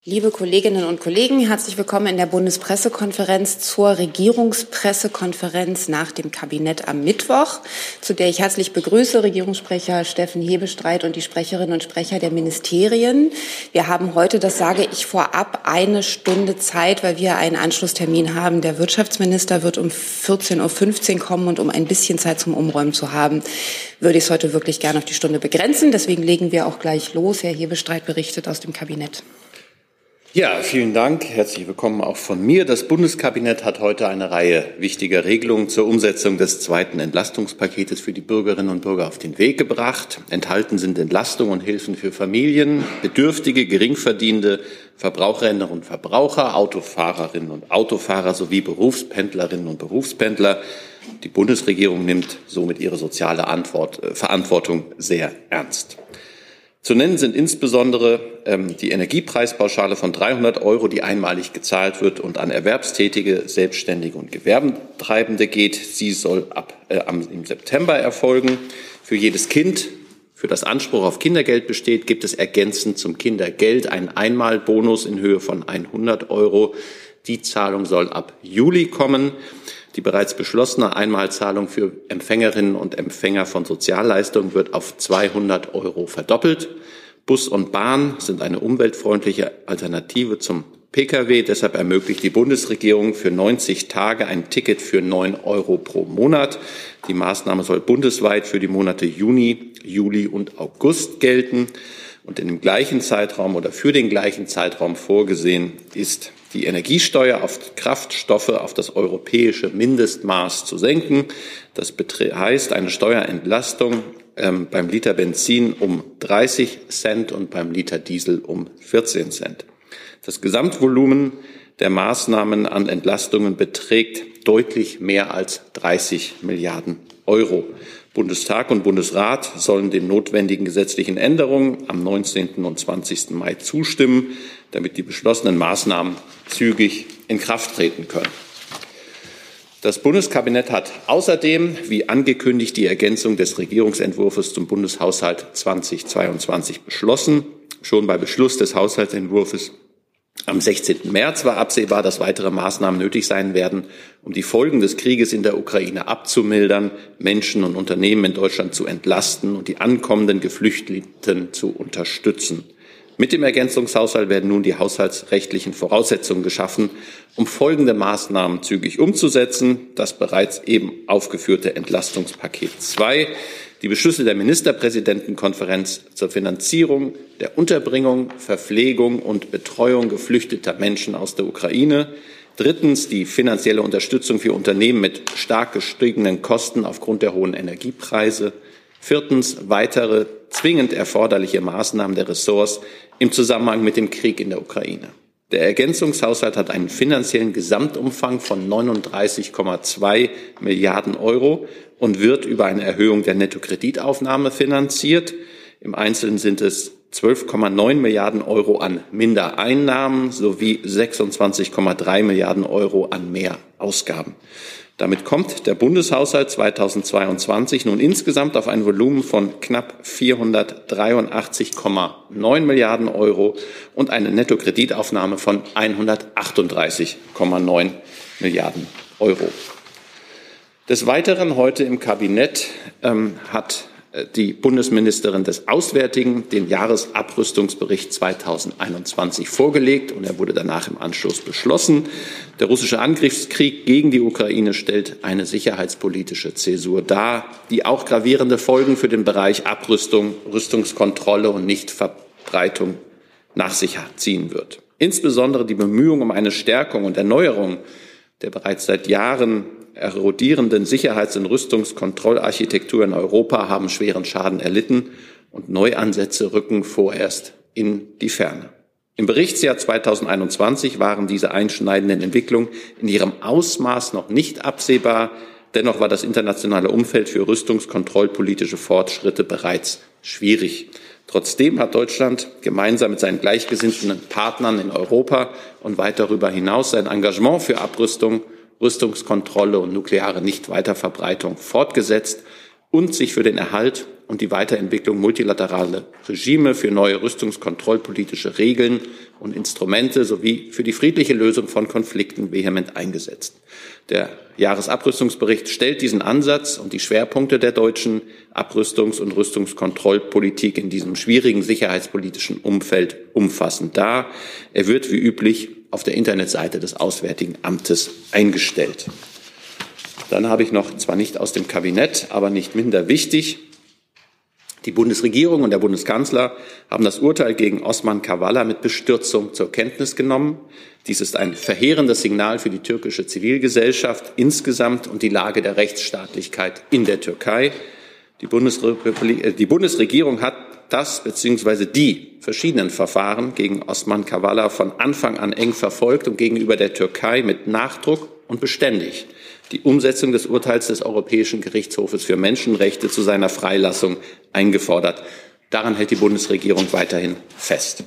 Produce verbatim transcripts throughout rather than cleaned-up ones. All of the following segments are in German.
Liebe Kolleginnen und Kollegen, herzlich willkommen in der Bundespressekonferenz zur Regierungspressekonferenz nach dem Kabinett am Mittwoch, zu der ich herzlich begrüße Regierungssprecher Steffen Hebestreit und die Sprecherinnen und Sprecher der Ministerien. Wir haben heute, das sage ich vorab, eine Stunde Zeit, weil wir einen Anschlusstermin haben. Der Wirtschaftsminister wird um vierzehn Uhr fünfzehn kommen, und um ein bisschen Zeit zum Umräumen zu haben, würde ich es heute wirklich gerne auf die Stunde begrenzen. Deswegen legen wir auch gleich los. Herr Hebestreit berichtet aus dem Kabinett. Ja, vielen Dank. Herzlich willkommen auch von mir. Das Bundeskabinett hat heute eine Reihe wichtiger Regelungen zur Umsetzung des zweiten Entlastungspaketes für die Bürgerinnen und Bürger auf den Weg gebracht. Enthalten sind Entlastungen und Hilfen für Familien, Bedürftige, Geringverdienende, Verbraucherinnen und Verbraucher, Autofahrerinnen und Autofahrer sowie Berufspendlerinnen und Berufspendler. Die Bundesregierung nimmt somit ihre soziale Antwort, äh, Verantwortung sehr ernst. Zu nennen sind insbesondere ähm, die Energiepreispauschale von dreihundert Euro, die einmalig gezahlt wird und an Erwerbstätige, Selbstständige und Gewerbetreibende geht. Sie soll ab äh, am, im September erfolgen. Für jedes Kind, für das Anspruch auf Kindergeld besteht, gibt es ergänzend zum Kindergeld einen Einmalbonus in Höhe von hundert Euro. Die Zahlung soll ab Juli kommen. Die bereits beschlossene Einmalzahlung für Empfängerinnen und Empfänger von Sozialleistungen wird auf zweihundert Euro verdoppelt. Bus und Bahn sind eine umweltfreundliche Alternative zum Pkw. Deshalb ermöglicht die Bundesregierung für neunzig Tage ein Ticket für neun Euro pro Monat. Die Maßnahme soll bundesweit für die Monate Juni, Juli und August gelten. Und in dem gleichen Zeitraum oder für den gleichen Zeitraum vorgesehen ist, die Energiesteuer auf Kraftstoffe auf das europäische Mindestmaß zu senken. Das heißt eine Steuerentlastung ähm, beim Liter Benzin um dreißig Cent und beim Liter Diesel um vierzehn Cent. Das Gesamtvolumen der Maßnahmen an Entlastungen beträgt deutlich mehr als dreißig Milliarden Euro. Bundestag und Bundesrat sollen den notwendigen gesetzlichen Änderungen am neunzehnten und zwanzigsten Mai zustimmen, damit die beschlossenen Maßnahmen zügig in Kraft treten können. Das Bundeskabinett hat außerdem, wie angekündigt, die Ergänzung des Regierungsentwurfs zum Bundeshaushalt zweitausendzweiundzwanzig beschlossen. Schon bei Beschluss des Haushaltsentwurfs am sechzehnten März war absehbar, dass weitere Maßnahmen nötig sein werden, um die Folgen des Krieges in der Ukraine abzumildern, Menschen und Unternehmen in Deutschland zu entlasten und die ankommenden Geflüchteten zu unterstützen. Mit dem Ergänzungshaushalt werden nun die haushaltsrechtlichen Voraussetzungen geschaffen, um folgende Maßnahmen zügig umzusetzen: das bereits eben aufgeführte Entlastungspaket zwei, die Beschlüsse der Ministerpräsidentenkonferenz zur Finanzierung der Unterbringung, Verpflegung und Betreuung geflüchteter Menschen aus der Ukraine. Drittens die finanzielle Unterstützung für Unternehmen mit stark gestiegenen Kosten aufgrund der hohen Energiepreise. Viertens weitere zwingend erforderliche Maßnahmen der Ressorts im Zusammenhang mit dem Krieg in der Ukraine. Der Ergänzungshaushalt hat einen finanziellen Gesamtumfang von neununddreißig Komma zwei Milliarden Euro und wird über eine Erhöhung der Nettokreditaufnahme finanziert. Im Einzelnen sind es zwölf Komma neun Milliarden Euro an Mindereinnahmen sowie sechsundzwanzig Komma drei Milliarden Euro an Mehrausgaben. Damit kommt der Bundeshaushalt zweitausendzweiundzwanzig nun insgesamt auf ein Volumen von knapp vierhundertdreiundachtzig Komma neun Milliarden Euro und eine Nettokreditaufnahme von hundertachtunddreißig Komma neun Milliarden Euro. Des Weiteren heute im Kabinett ähm, hat die Bundesministerin des Auswärtigen den Jahresabrüstungsbericht zweitausendeinundzwanzig vorgelegt, und er wurde danach im Anschluss beschlossen. Der russische Angriffskrieg gegen die Ukraine stellt eine sicherheitspolitische Zäsur dar, die auch gravierende Folgen für den Bereich Abrüstung, Rüstungskontrolle und Nichtverbreitung nach sich ziehen wird. Insbesondere die Bemühungen um eine Stärkung und Erneuerung der bereits seit Jahren erodierenden Sicherheits- und Rüstungskontrollarchitektur in Europa haben schweren Schaden erlitten, und Neuansätze rücken vorerst in die Ferne. Im Berichtsjahr zweitausendeinundzwanzig waren diese einschneidenden Entwicklungen in ihrem Ausmaß noch nicht absehbar. Dennoch war das internationale Umfeld für rüstungskontrollpolitische Fortschritte bereits schwierig. Trotzdem hat Deutschland gemeinsam mit seinen gleichgesinnten Partnern in Europa und weit darüber hinaus sein Engagement für Abrüstung, Rüstungskontrolle und nukleare Nichtweiterverbreitung fortgesetzt und sich für den Erhalt und die Weiterentwicklung multilateraler Regime für neue rüstungskontrollpolitische Regeln und Instrumente sowie für die friedliche Lösung von Konflikten vehement eingesetzt. Der Jahresabrüstungsbericht stellt diesen Ansatz und die Schwerpunkte der deutschen Abrüstungs- und Rüstungskontrollpolitik in diesem schwierigen sicherheitspolitischen Umfeld umfassend dar. Er wird wie üblich auf der Internetseite des Auswärtigen Amtes eingestellt. Dann habe ich noch, zwar nicht aus dem Kabinett, aber nicht minder wichtig, die Bundesregierung und der Bundeskanzler haben das Urteil gegen Osman Kavala mit Bestürzung zur Kenntnis genommen. Dies ist ein verheerendes Signal für die türkische Zivilgesellschaft insgesamt und die Lage der Rechtsstaatlichkeit in der Türkei. Die, Bundesrepublik, die Bundesregierung hat das bzw. die verschiedenen Verfahren gegen Osman Kavala von Anfang an eng verfolgt und gegenüber der Türkei mit Nachdruck und beständig die Umsetzung des Urteils des Europäischen Gerichtshofes für Menschenrechte zu seiner Freilassung eingefordert. Daran hält die Bundesregierung weiterhin fest.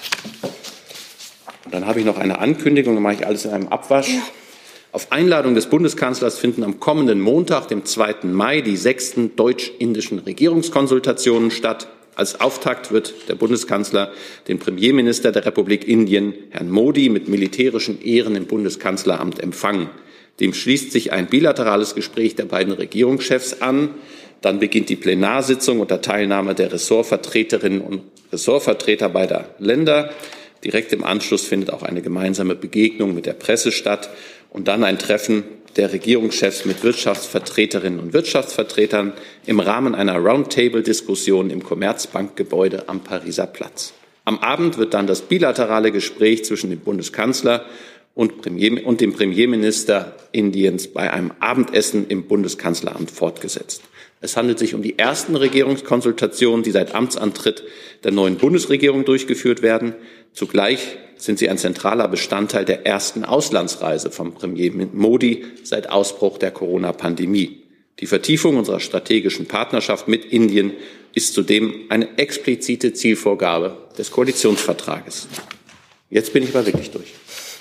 Und dann habe ich noch eine Ankündigung, dann mache ich alles in einem Abwasch. Ja. Auf Einladung des Bundeskanzlers finden am kommenden Montag, dem zweiten Mai, die sechsten deutsch-indischen Regierungskonsultationen statt. Als Auftakt wird der Bundeskanzler den Premierminister der Republik Indien, Herrn Modi, mit militärischen Ehren im Bundeskanzleramt empfangen. Dem schließt sich ein bilaterales Gespräch der beiden Regierungschefs an. Dann beginnt die Plenarsitzung unter Teilnahme der Ressortvertreterinnen und Ressortvertreter beider Länder. Direkt im Anschluss findet auch eine gemeinsame Begegnung mit der Presse statt und dann ein Treffen der Regierungschefs mit Wirtschaftsvertreterinnen und Wirtschaftsvertretern im Rahmen einer Roundtable-Diskussion im Commerzbankgebäude am Pariser Platz. Am Abend wird dann das bilaterale Gespräch zwischen dem Bundeskanzler und, Premier, und dem Premierminister Indiens bei einem Abendessen im Bundeskanzleramt fortgesetzt. Es handelt sich um die ersten Regierungskonsultationen, die seit Amtsantritt der neuen Bundesregierung durchgeführt werden. Zugleich sind sie ein zentraler Bestandteil der ersten Auslandsreise von Premier Modi seit Ausbruch der Corona-Pandemie. Die Vertiefung unserer strategischen Partnerschaft mit Indien ist zudem eine explizite Zielvorgabe des Koalitionsvertrages. Jetzt bin ich aber wirklich durch.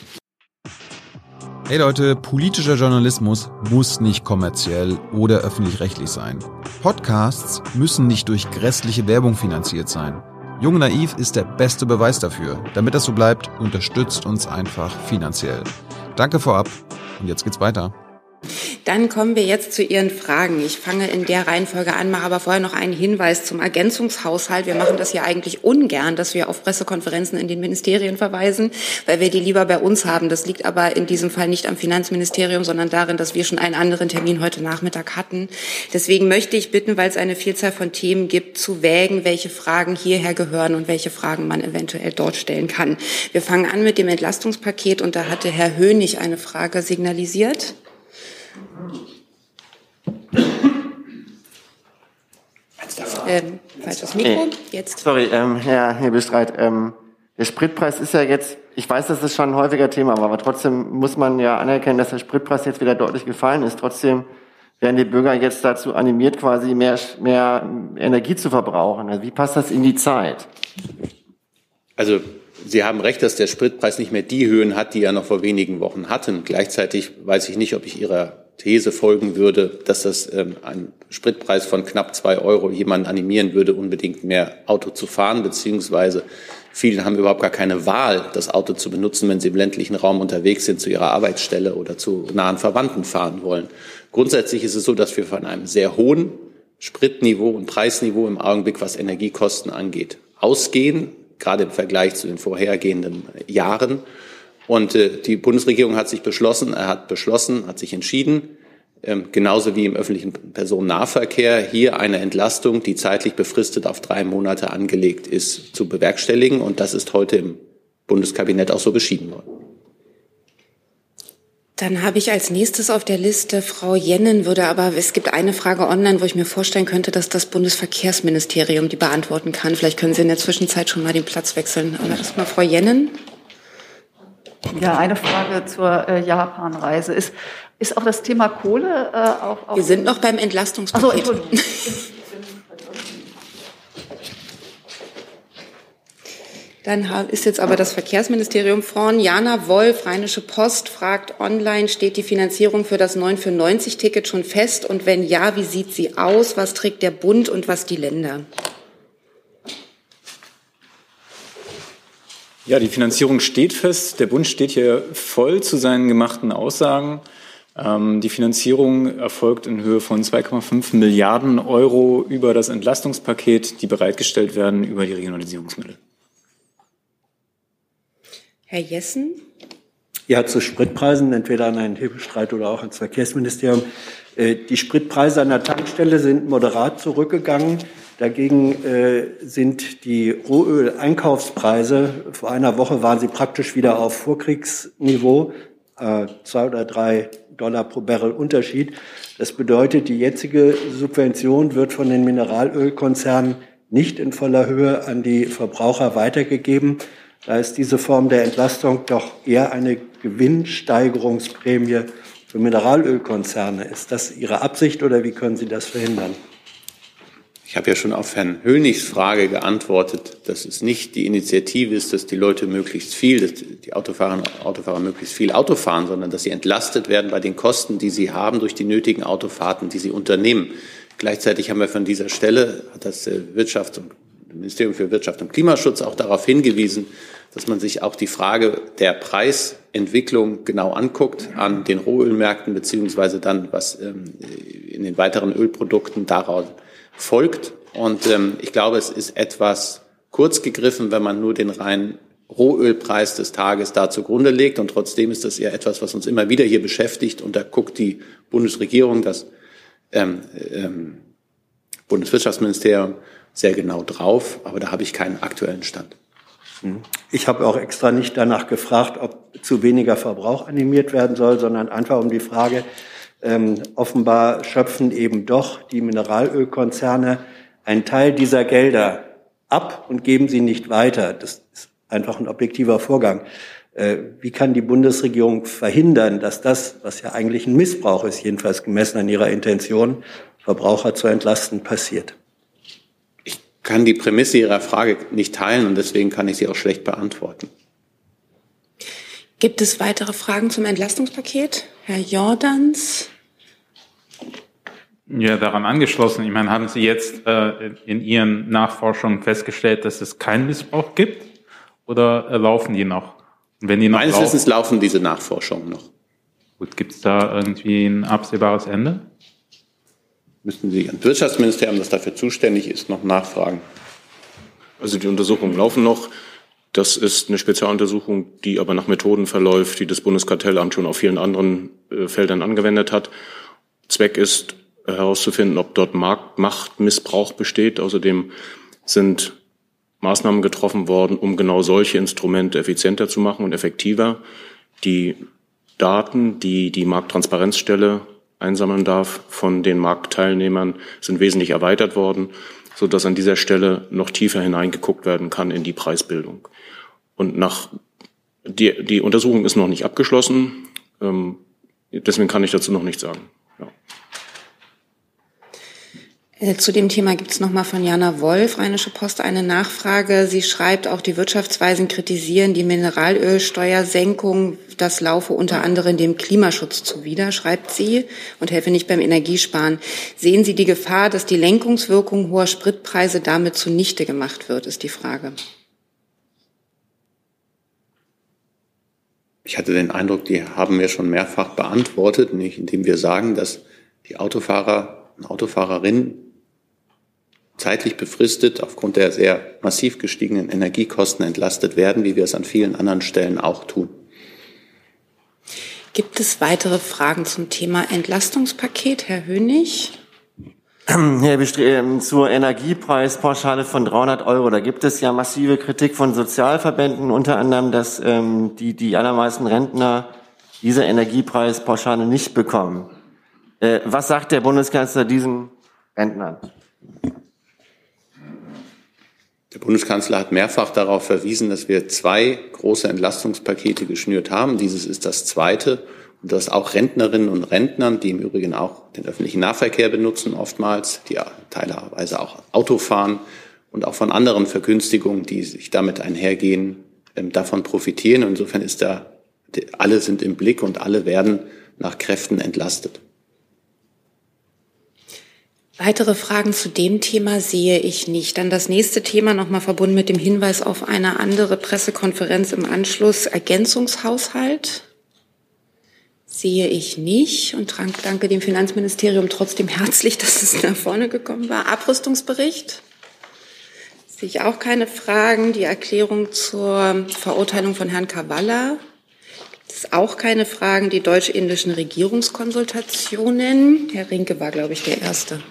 Hey Leute, politischer Journalismus muss nicht kommerziell oder öffentlich-rechtlich sein. Podcasts müssen nicht durch grässliche Werbung finanziert sein. Jung Naiv ist der beste Beweis dafür. Damit das so bleibt, unterstützt uns einfach finanziell. Danke vorab und jetzt geht's weiter. Dann kommen wir jetzt zu Ihren Fragen. Ich fange in der Reihenfolge an, mache aber vorher noch einen Hinweis zum Ergänzungshaushalt. Wir machen das ja eigentlich ungern, dass wir auf Pressekonferenzen in den Ministerien verweisen, weil wir die lieber bei uns haben. Das liegt aber in diesem Fall nicht am Finanzministerium, sondern darin, dass wir schon einen anderen Termin heute Nachmittag hatten. Deswegen möchte ich bitten, weil es eine Vielzahl von Themen gibt, zu wägen, welche Fragen hierher gehören und welche Fragen man eventuell dort stellen kann. Wir fangen an mit dem Entlastungspaket und da hatte Herr Hönig eine Frage signalisiert. Ähm, falsches Mikro, jetzt. Sorry, ähm, Herr Hebestreit, ähm, der Spritpreis ist ja jetzt, ich weiß, das ist schon ein häufiger Thema, aber trotzdem muss man ja anerkennen, dass der Spritpreis jetzt wieder deutlich gefallen ist. Trotzdem werden die Bürger jetzt dazu animiert, quasi mehr, mehr Energie zu verbrauchen. Also wie passt das in die Zeit? Also Sie haben recht, dass der Spritpreis nicht mehr die Höhen hat, die er noch vor wenigen Wochen hatten. Gleichzeitig weiß ich nicht, ob ich Ihrer These folgen würde, dass das ähm, ein Spritpreis von knapp zwei Euro jemanden animieren würde, unbedingt mehr Auto zu fahren, beziehungsweise viele haben überhaupt gar keine Wahl, das Auto zu benutzen, wenn sie im ländlichen Raum unterwegs sind, zu ihrer Arbeitsstelle oder zu nahen Verwandten fahren wollen. Grundsätzlich ist es so, dass wir von einem sehr hohen Spritniveau und Preisniveau im Augenblick, was Energiekosten angeht, ausgehen, gerade im Vergleich zu den vorhergehenden Jahren. Und äh, die Bundesregierung hat sich beschlossen, er hat beschlossen, hat sich entschieden, ähm, genauso wie im öffentlichen Personennahverkehr, hier eine Entlastung, die zeitlich befristet auf drei Monate angelegt ist, zu bewerkstelligen. Und das ist heute im Bundeskabinett auch so beschieden worden. Dann habe ich als nächstes auf der Liste Frau Jennen, würde aber, es gibt eine Frage online, wo ich mir vorstellen könnte, dass das Bundesverkehrsministerium die beantworten kann. Vielleicht können Sie in der Zwischenzeit schon mal den Platz wechseln. Aber erstmal Frau Jennen. Ja, eine Frage zur äh, Japan-Reise. Ist, ist auch das Thema Kohle äh, auch, auch... Wir sind noch beim Entlastungspaket. Ach so, Entschuldigung. Dann ist jetzt aber das Verkehrsministerium vorn. Jana Wolf, Rheinische Post, fragt online, steht die Finanzierung für das neun für neunzig Ticket schon fest? Und wenn ja, wie sieht sie aus? Was trägt der Bund und was die Länder? Ja, die Finanzierung steht fest. Der Bund steht hier voll zu seinen gemachten Aussagen. Ähm, die Finanzierung erfolgt in Höhe von zwei Komma fünf Milliarden Euro über das Entlastungspaket, die bereitgestellt werden über die Regionalisierungsmittel. Herr Jessen? Ja, zu Spritpreisen, entweder an Herrn Hebestreit oder auch ans Verkehrsministerium. Die Spritpreise an der Tankstelle sind moderat zurückgegangen. Dagegen sind die Rohöl-Einkaufspreise, vor einer Woche waren sie praktisch wieder auf Vorkriegsniveau, zwei oder drei Dollar pro Barrel Unterschied. Das bedeutet, die jetzige Subvention wird von den Mineralölkonzernen nicht in voller Höhe an die Verbraucher weitergegeben. Da ist diese Form der Entlastung doch eher eine Gewinnsteigerungsprämie für Mineralölkonzerne. Ist das Ihre Absicht oder wie können Sie das verhindern? Ich habe ja schon auf Herrn Hönigs Frage geantwortet, dass es nicht die Initiative ist, dass die Leute möglichst viel, dass die Autofahrer, Autofahrer möglichst viel Auto fahren, sondern dass sie entlastet werden bei den Kosten, die sie haben durch die nötigen Autofahrten, die sie unternehmen. Gleichzeitig haben wir von dieser Stelle, hat das Wirtschafts- und Ministerium für Wirtschaft und Klimaschutz auch darauf hingewiesen, dass man sich auch die Frage der Preisentwicklung genau anguckt an den Rohölmärkten beziehungsweise dann, was ähm, in den weiteren Ölprodukten daraus folgt. Und ähm, ich glaube, es ist etwas kurz gegriffen, wenn man nur den reinen Rohölpreis des Tages da zugrunde legt. Und trotzdem ist das ja etwas, was uns immer wieder hier beschäftigt. Und da guckt die Bundesregierung, das ähm, ähm, Bundeswirtschaftsministerium, sehr genau drauf, aber da habe ich keinen aktuellen Stand. Ich habe auch extra nicht danach gefragt, ob zu weniger Verbrauch animiert werden soll, sondern einfach um die Frage, ähm, offenbar schöpfen eben doch die Mineralölkonzerne einen Teil dieser Gelder ab und geben sie nicht weiter. Das ist einfach ein objektiver Vorgang. Äh, wie kann die Bundesregierung verhindern, dass das, was ja eigentlich ein Missbrauch ist, jedenfalls gemessen an ihrer Intention, Verbraucher zu entlasten, passiert? Ich kann die Prämisse Ihrer Frage nicht teilen und deswegen kann ich sie auch schlecht beantworten. Gibt es weitere Fragen zum Entlastungspaket? Herr Jordans? Ja, daran angeschlossen. Ich meine, haben Sie jetzt äh, in Ihren Nachforschungen festgestellt, dass es keinen Missbrauch gibt oder äh, laufen die noch? Und wenn die noch Meines laufen, Wissens laufen diese Nachforschungen noch. Gut, gibt es da irgendwie ein absehbares Ende? Müssten Sie ans Wirtschaftsministerium, das dafür zuständig ist, noch nachfragen. Also die Untersuchungen laufen noch. Das ist eine Spezialuntersuchung, die aber nach Methoden verläuft, die das Bundeskartellamt schon auf vielen anderen äh, Feldern angewendet hat. Zweck ist äh, herauszufinden, ob dort Marktmachtmissbrauch besteht. Außerdem sind Maßnahmen getroffen worden, um genau solche Instrumente effizienter zu machen und effektiver. Die Daten, die die Markttransparenzstelle einsammeln darf von den Marktteilnehmern, sind wesentlich erweitert worden, sodass an dieser Stelle noch tiefer hineingeguckt werden kann in die Preisbildung. Und nach die, die Untersuchung ist noch nicht abgeschlossen, ähm, deswegen kann ich dazu noch nichts sagen. Ja. Zu dem Thema gibt es nochmal von Jana Wolf, Rheinische Post, eine Nachfrage. Sie schreibt, auch die Wirtschaftsweisen kritisieren die Mineralölsteuersenkung. Das laufe unter anderem dem Klimaschutz zuwider, schreibt sie, und helfe nicht beim Energiesparen. Sehen Sie die Gefahr, dass die Lenkungswirkung hoher Spritpreise damit zunichte gemacht wird, ist die Frage. Ich hatte den Eindruck, die haben wir schon mehrfach beantwortet, nicht indem wir sagen, dass die Autofahrer und Autofahrerinnen zeitlich befristet aufgrund der sehr massiv gestiegenen Energiekosten entlastet werden, wie wir es an vielen anderen Stellen auch tun. Gibt es weitere Fragen zum Thema Entlastungspaket, Herr Hönig? Herr Bestre- zur Energiepreispauschale von dreihundert Euro. Da gibt es ja massive Kritik von Sozialverbänden, unter anderem, dass ähm, die, die allermeisten Rentner diese Energiepreispauschale nicht bekommen. Äh, was sagt der Bundeskanzler diesen Rentnern? Der Bundeskanzler hat mehrfach darauf verwiesen, dass wir zwei große Entlastungspakete geschnürt haben. Dieses ist das zweite. Und dass auch Rentnerinnen und Rentnern, die im Übrigen auch den öffentlichen Nahverkehr benutzen, oftmals, die teilweise auch Auto fahren und auch von anderen Vergünstigungen, die sich damit einhergehen, davon profitieren. Und insofern ist da, alle sind im Blick und alle werden nach Kräften entlastet. Weitere Fragen zu dem Thema sehe ich nicht. Dann das nächste Thema, nochmal verbunden mit dem Hinweis auf eine andere Pressekonferenz im Anschluss, Ergänzungshaushalt. Sehe ich nicht und danke dem Finanzministerium trotzdem herzlich, dass es nach vorne gekommen war. Abrüstungsbericht. Sehe ich auch keine Fragen. Die Erklärung zur Verurteilung von Herrn Kavala. Es ist auch keine Fragen. Die deutsch-indischen Regierungskonsultationen. Herr Rinke war, glaube ich, der Erste.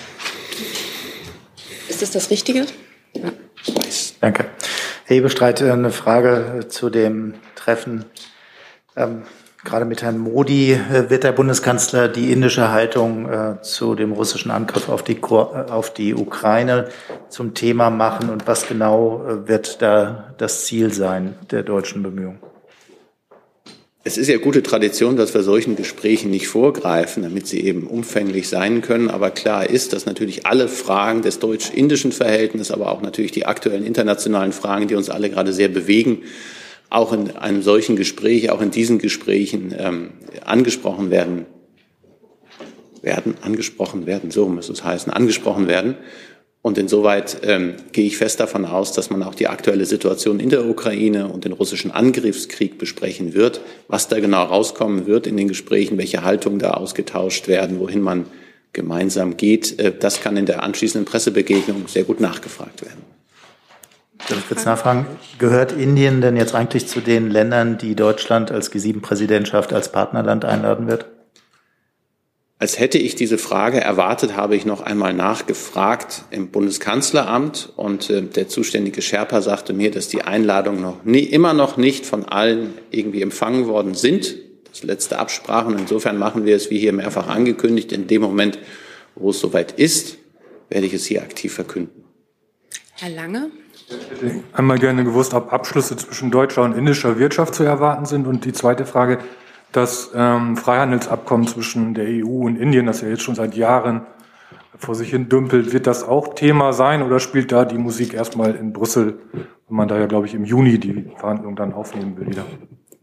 Ist das das Richtige? Ja. Danke. Herr Hebestreit, eine Frage zu dem Treffen. Ähm, gerade mit Herrn Modi wird der Bundeskanzler die indische Haltung äh, zu dem russischen Angriff auf die, auf die Ukraine zum Thema machen. Und was genau äh, wird da das Ziel sein der deutschen Bemühungen? Es ist ja gute Tradition, dass wir solchen Gesprächen nicht vorgreifen, damit sie eben umfänglich sein können. Aber klar ist, dass natürlich alle Fragen des deutsch-indischen Verhältnisses, aber auch natürlich die aktuellen internationalen Fragen, die uns alle gerade sehr bewegen, auch in einem solchen Gespräch, auch in diesen Gesprächen ähm, angesprochen werden, werden, angesprochen werden, so muss es heißen, angesprochen werden. Und insoweit ähm, gehe ich fest davon aus, dass man auch die aktuelle Situation in der Ukraine und den russischen Angriffskrieg besprechen wird, was da genau rauskommen wird in den Gesprächen, welche Haltungen da ausgetauscht werden, wohin man gemeinsam geht. Äh, das kann in der anschließenden Pressebegegnung sehr gut nachgefragt werden. Darf ich kurz nachfragen, gehört Indien denn jetzt eigentlich zu den Ländern, die Deutschland als G sieben Präsidentschaft als Partnerland einladen wird? Als hätte ich diese Frage erwartet, habe ich noch einmal nachgefragt im Bundeskanzleramt und äh, der zuständige Sherpa sagte mir, dass die Einladungen noch nie, immer noch nicht von allen irgendwie empfangen worden sind. Das letzte Absprachen. Insofern machen wir es, wie hier mehrfach angekündigt, in dem Moment, wo es soweit ist, werde ich es hier aktiv verkünden. Herr Lange? Ich hätte einmal gerne gewusst, ob Abschlüsse zwischen deutscher und indischer Wirtschaft zu erwarten sind. Und die zweite Frage, das ähm, Freihandelsabkommen zwischen der E U und Indien, das ja jetzt schon seit Jahren vor sich hin dümpelt, wird das auch Thema sein oder spielt da die Musik erstmal in Brüssel, wenn man da ja, glaube ich, im Juni die Verhandlungen dann aufnehmen will wieder?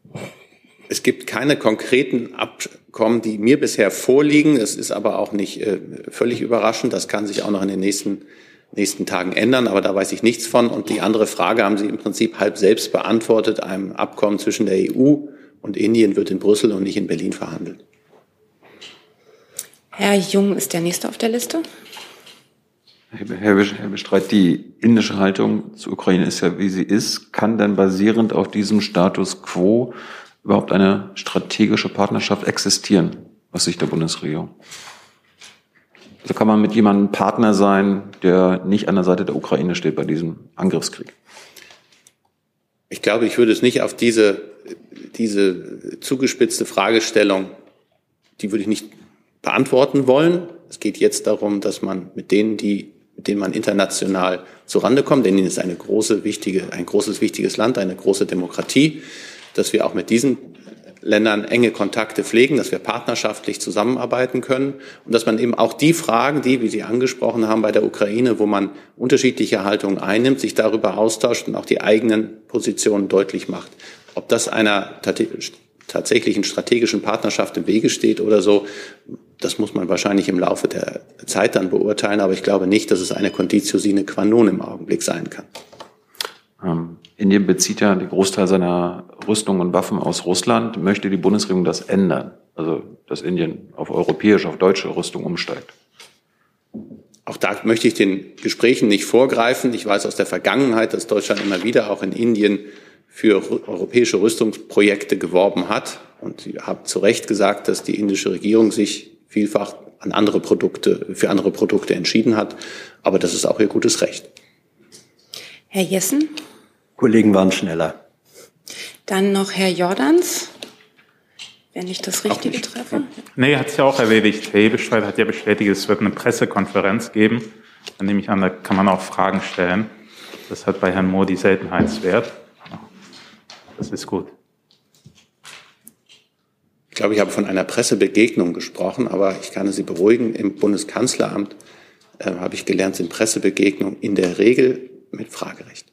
Es gibt keine konkreten Abkommen, die mir bisher vorliegen. Es ist aber auch nicht äh, völlig überraschend. Das kann sich auch noch in den nächsten, nächsten Tagen ändern, aber da weiß ich nichts von. Und die andere Frage haben Sie im Prinzip halb selbst beantwortet. Ein Abkommen zwischen der E U und Indien wird in Brüssel und nicht in Berlin verhandelt. Herr Jung ist der Nächste auf der Liste. Herr Bestreit, die indische Haltung zur Ukraine ist ja, wie sie ist. Kann denn basierend auf diesem Status quo überhaupt eine strategische Partnerschaft existieren aus Sicht der Bundesregierung? Also kann man mit jemandem Partner sein, der nicht an der Seite der Ukraine steht bei diesem Angriffskrieg? Ich glaube, ich würde es nicht auf diese diese zugespitzte Fragestellung, die würde ich nicht beantworten wollen. Es geht jetzt darum, dass man mit denen, die, mit denen man international zurande kommt, denn Indien ist eine große, wichtige, ein großes, wichtiges Land, eine große Demokratie, dass wir auch mit diesen Ländern enge Kontakte pflegen, dass wir partnerschaftlich zusammenarbeiten können und dass man eben auch die Fragen, die, wie Sie angesprochen haben, bei der Ukraine, wo man unterschiedliche Haltungen einnimmt, sich darüber austauscht und auch die eigenen Positionen deutlich macht. Ob das einer tatsächlichen strategischen Partnerschaft im Wege steht oder so, das muss man wahrscheinlich im Laufe der Zeit dann beurteilen. Aber ich glaube nicht, dass es eine Conditio sine qua non im Augenblick sein kann. Ähm, Indien bezieht ja den Großteil seiner Rüstung und Waffen aus Russland. Möchte die Bundesregierung das ändern? Also, dass Indien auf europäische, auf deutsche Rüstung umsteigt? Auch da möchte ich den Gesprächen nicht vorgreifen. Ich weiß aus der Vergangenheit, dass Deutschland immer wieder auch in Indien für europäische Rüstungsprojekte geworben hat. Und Sie haben zu Recht gesagt, dass die indische Regierung sich vielfach an andere Produkte, für andere Produkte entschieden hat. Aber das ist auch ihr gutes Recht. Herr Jessen? Kollegen waren schneller. Dann noch Herr Jordans, wenn ich das Richtige treffe. Nee, hat sich ja auch erledigt. Herr Hebestreit hat ja bestätigt, es wird eine Pressekonferenz geben. Dann nehme ich an, da kann man auch Fragen stellen. Das hat bei Herrn Modi Seltenheitswert. Das ist gut. Ich glaube, ich habe von einer Pressebegegnung gesprochen, aber ich kann Sie beruhigen, im Bundeskanzleramt äh, habe ich gelernt, sind Pressebegegnungen in der Regel mit Fragerecht.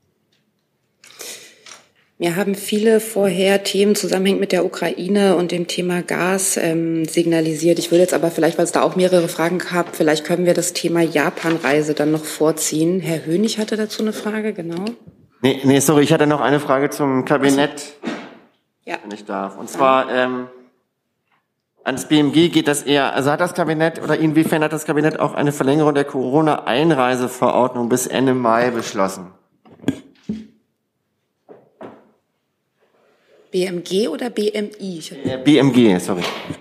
Mir haben viele vorher Themen zusammenhängend mit der Ukraine und dem Thema Gas ähm, signalisiert. Ich würde jetzt aber vielleicht, weil es da auch mehrere Fragen gab, vielleicht können wir das Thema Japan-Reise dann noch vorziehen. Herr Hönig hatte dazu eine Frage, genau. Nee, nee, sorry, ich hatte noch eine Frage zum Kabinett, ja. wenn ich darf. Und zwar ähm, ans B M G geht das eher, also hat das Kabinett oder inwiefern hat das Kabinett auch eine Verlängerung der Corona-Einreiseverordnung bis Ende Mai beschlossen? B M G oder B M I? B M G, sorry.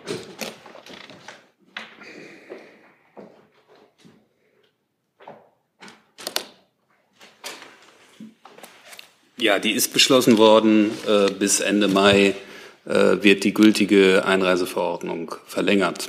Ja, die ist beschlossen worden. Äh, bis Ende Mai äh, wird die gültige Einreiseverordnung verlängert.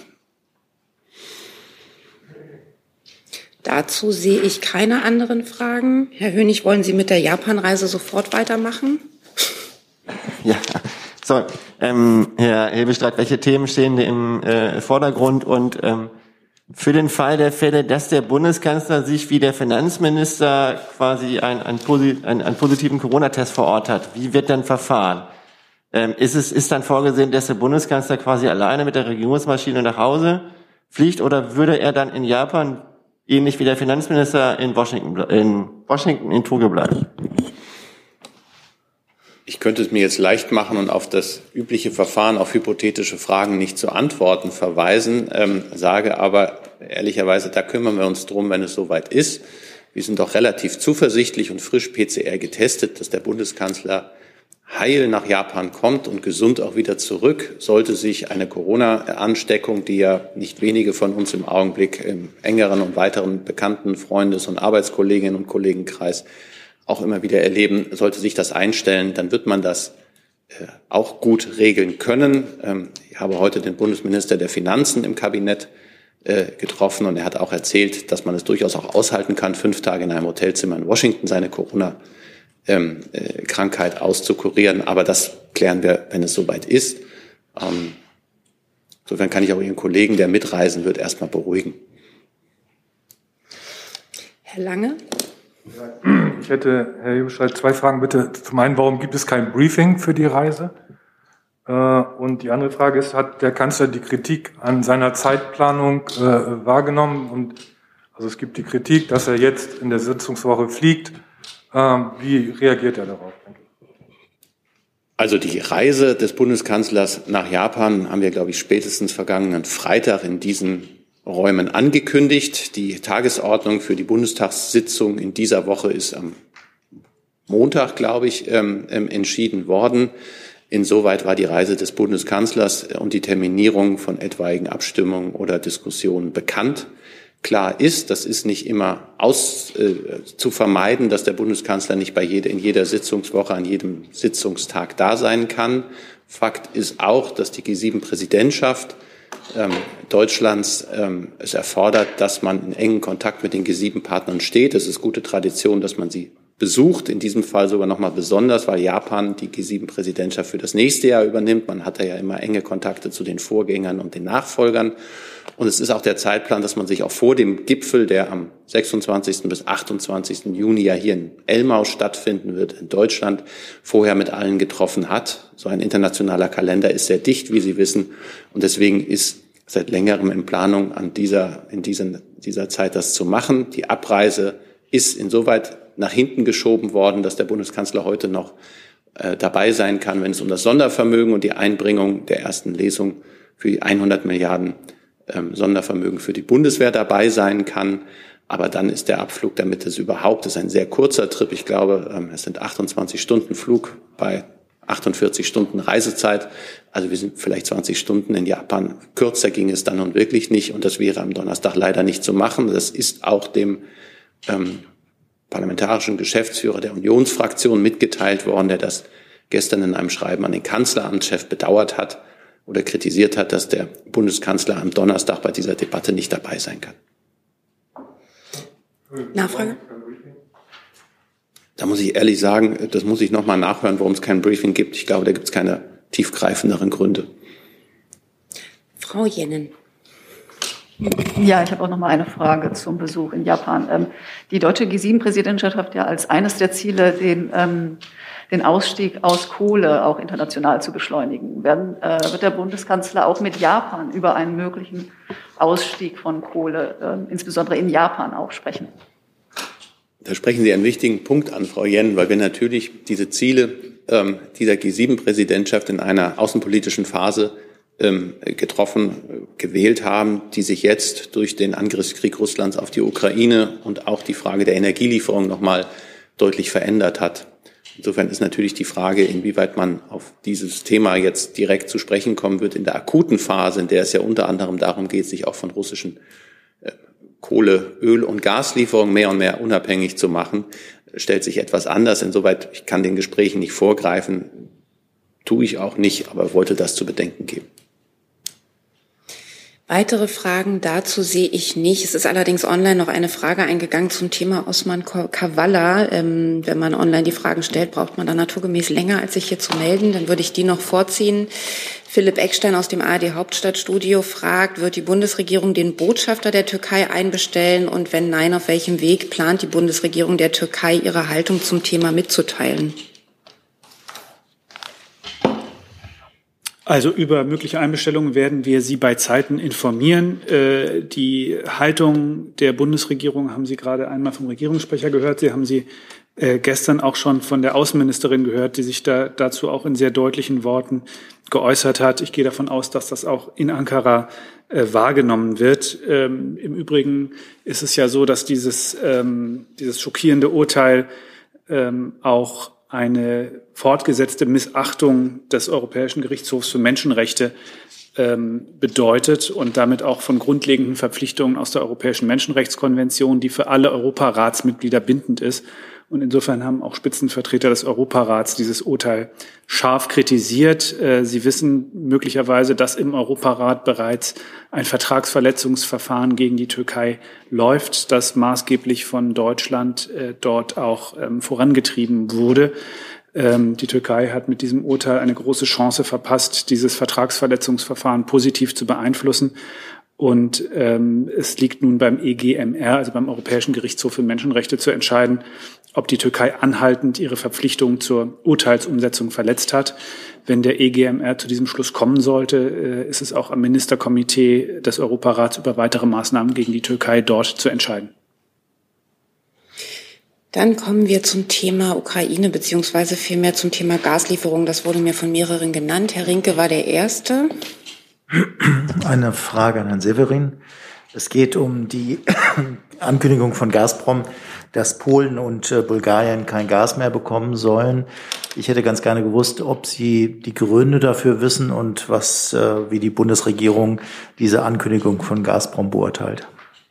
Dazu sehe ich keine anderen Fragen. Herr Hönig, wollen Sie mit der Japan-Reise sofort weitermachen? Ja, so, ähm, Herr Hebestreit, welche Themen stehen im äh, Vordergrund? Und ähm, für den Fall der Fälle, dass der Bundeskanzler sich wie der Finanzminister quasi einen, einen, einen, einen positiven Corona-Test vor Ort hat, wie wird dann verfahren? Ähm, ist es ist dann vorgesehen, dass der Bundeskanzler quasi alleine mit der Regierungsmaschine nach Hause fliegt, oder würde er dann in Japan ähnlich wie der Finanzminister in Washington in Washington in Tokio bleiben? Ich könnte es mir jetzt leicht machen und auf das übliche Verfahren, auf hypothetische Fragen nicht zu antworten verweisen, ähm, sage aber ehrlicherweise, da kümmern wir uns drum, wenn es soweit ist. Wir sind doch relativ zuversichtlich und frisch P C R getestet, dass der Bundeskanzler heil nach Japan kommt und gesund auch wieder zurück. Sollte sich eine Corona-Ansteckung, die ja nicht wenige von uns im Augenblick im engeren und weiteren Bekannten-, Freundes- und Arbeitskolleginnen und Kollegenkreis auch immer wieder erleben, sollte sich das einstellen, dann wird man das äh, auch gut regeln können. Ähm, ich habe heute den Bundesminister der Finanzen im Kabinett äh, getroffen und er hat auch erzählt, dass man es durchaus auch aushalten kann, fünf Tage in einem Hotelzimmer in Washington seine Corona-Krankheit ähm, äh, auszukurieren. Aber das klären wir, wenn es soweit ist. Ähm, insofern kann ich auch Ihren Kollegen, der mitreisen wird, erstmal beruhigen. Herr Lange? Ich hätte, Herr Hebestreit, zwei Fragen bitte. Zum einen, warum gibt es kein Briefing für die Reise? Und die andere Frage ist, hat der Kanzler die Kritik an seiner Zeitplanung äh, wahrgenommen? Und also es gibt die Kritik, dass er jetzt in der Sitzungswoche fliegt. Ähm, wie reagiert er darauf? Also die Reise des Bundeskanzlers nach Japan haben wir, glaube ich, spätestens vergangenen Freitag in diesen Räumen angekündigt. Die Tagesordnung für die Bundestagssitzung in dieser Woche ist am Montag, glaube ich, ähm, entschieden worden. Insoweit war die Reise des Bundeskanzlers und die Terminierung von etwaigen Abstimmungen oder Diskussionen bekannt. Klar ist, das ist nicht immer aus, äh, zu vermeiden, dass der Bundeskanzler nicht bei jeder, in jeder Sitzungswoche, an jedem Sitzungstag da sein kann. Fakt ist auch, dass die G sieben Präsidentschaft ähm, Deutschlands ähm, es erfordert, dass man in engen Kontakt mit den G sieben Partnern steht. Es ist gute Tradition, dass man sie besucht, in diesem Fall sogar noch mal besonders, weil Japan die G sieben Präsidentschaft für das nächste Jahr übernimmt. Man hat da ja immer enge Kontakte zu den Vorgängern und den Nachfolgern. Und es ist auch der Zeitplan, dass man sich auch vor dem Gipfel, der am sechsundzwanzigsten bis achtundzwanzigsten Juni ja hier in Elmau stattfinden wird, in Deutschland, vorher mit allen getroffen hat. So ein internationaler Kalender ist sehr dicht, wie Sie wissen. Und deswegen ist seit längerem in Planung, an dieser, in diesen, dieser Zeit das zu machen. Die Abreise ist insoweit nach hinten geschoben worden, dass der Bundeskanzler heute noch äh, dabei sein kann, wenn es um das Sondervermögen und die Einbringung der ersten Lesung für die hundert Milliarden ähm, Sondervermögen für die Bundeswehr dabei sein kann. Aber dann ist der Abflug, damit es überhaupt ist, ein sehr kurzer Trip. Ich glaube, ähm, es sind achtundzwanzig Stunden Flug bei achtundvierzig Stunden Reisezeit. Also wir sind vielleicht zwanzig Stunden in Japan. Kürzer ging es dann nun wirklich nicht. Und das wäre am Donnerstag leider nicht zu machen. Das ist auch dem ähm, parlamentarischen Geschäftsführer der Unionsfraktion mitgeteilt worden, der das gestern in einem Schreiben an den Kanzleramtschef bedauert hat oder kritisiert hat, dass der Bundeskanzler am Donnerstag bei dieser Debatte nicht dabei sein kann. Nachfrage? Da muss ich ehrlich sagen, das muss ich nochmal nachhören, warum es kein Briefing gibt. Ich glaube, da gibt es keine tiefgreifenderen Gründe. Frau Jennen. Ja, ich habe auch noch mal eine Frage zum Besuch in Japan. Ähm, die deutsche G sieben Präsidentschaft hat ja als eines der Ziele den, ähm, den Ausstieg aus Kohle auch international zu beschleunigen. Werden, äh, wird der Bundeskanzler auch mit Japan über einen möglichen Ausstieg von Kohle, äh, insbesondere in Japan, auch sprechen? Da sprechen Sie einen wichtigen Punkt an, Frau Jen, weil wir natürlich diese Ziele ähm, dieser G sieben Präsidentschaft in einer außenpolitischen Phase getroffen, gewählt haben, die sich jetzt durch den Angriffskrieg Russlands auf die Ukraine und auch die Frage der Energielieferung noch mal deutlich verändert hat. Insofern ist natürlich die Frage, inwieweit man auf dieses Thema jetzt direkt zu sprechen kommen wird in der akuten Phase, in der es ja unter anderem darum geht, sich auch von russischen Kohle-, Öl- und Gaslieferungen mehr und mehr unabhängig zu machen, stellt sich etwas anders. Insoweit, ich kann den Gesprächen nicht vorgreifen, tue ich auch nicht, aber wollte das zu bedenken geben. Weitere Fragen dazu sehe ich nicht. Es ist allerdings online noch eine Frage eingegangen zum Thema Osman Kavala. Ähm, wenn man online die Fragen stellt, braucht man dann naturgemäß länger, als sich hier zu melden. Dann würde ich die noch vorziehen. Philipp Eckstein aus dem A R D Hauptstadtstudio fragt, wird die Bundesregierung den Botschafter der Türkei einbestellen? Und wenn nein, auf welchem Weg plant die Bundesregierung der Türkei, ihre Haltung zum Thema mitzuteilen? Also über mögliche Einbestellungen werden wir Sie bei Zeiten informieren. Äh, die Haltung der Bundesregierung haben Sie gerade einmal vom Regierungssprecher gehört. Sie haben sie äh, gestern auch schon von der Außenministerin gehört, die sich da dazu auch in sehr deutlichen Worten geäußert hat. Ich gehe davon aus, dass das auch in Ankara äh, wahrgenommen wird. Ähm, im Übrigen ist es ja so, dass dieses, ähm, dieses schockierende Urteil ähm, auch eine fortgesetzte Missachtung des Europäischen Gerichtshofs für Menschenrechte ähm, bedeutet und damit auch von grundlegenden Verpflichtungen aus der Europäischen Menschenrechtskonvention, die für alle Europaratsmitglieder bindend ist. Und insofern haben auch Spitzenvertreter des Europarats dieses Urteil scharf kritisiert. Äh, Sie wissen möglicherweise, dass im Europarat bereits ein Vertragsverletzungsverfahren gegen die Türkei läuft, das maßgeblich von Deutschland äh, dort auch ähm, vorangetrieben wurde. Ähm, die Türkei hat mit diesem Urteil eine große Chance verpasst, dieses Vertragsverletzungsverfahren positiv zu beeinflussen. Und ähm, es liegt nun beim E G M R, also beim Europäischen Gerichtshof für Menschenrechte, zu entscheiden, ob die Türkei anhaltend ihre Verpflichtungen zur Urteilsumsetzung verletzt hat. Wenn der E G M R zu diesem Schluss kommen sollte, äh, ist es auch am Ministerkomitee des Europarats über weitere Maßnahmen gegen die Türkei dort zu entscheiden. Dann kommen wir zum Thema Ukraine, beziehungsweise vielmehr zum Thema Gaslieferung. Das wurde mir von mehreren genannt. Herr Rinke war der Erste. Eine Frage an Herrn Severin. Es geht um die Ankündigung von Gazprom, dass Polen und Bulgarien kein Gas mehr bekommen sollen. Ich hätte ganz gerne gewusst, ob Sie die Gründe dafür wissen und was, wie die Bundesregierung diese Ankündigung von Gazprom beurteilt.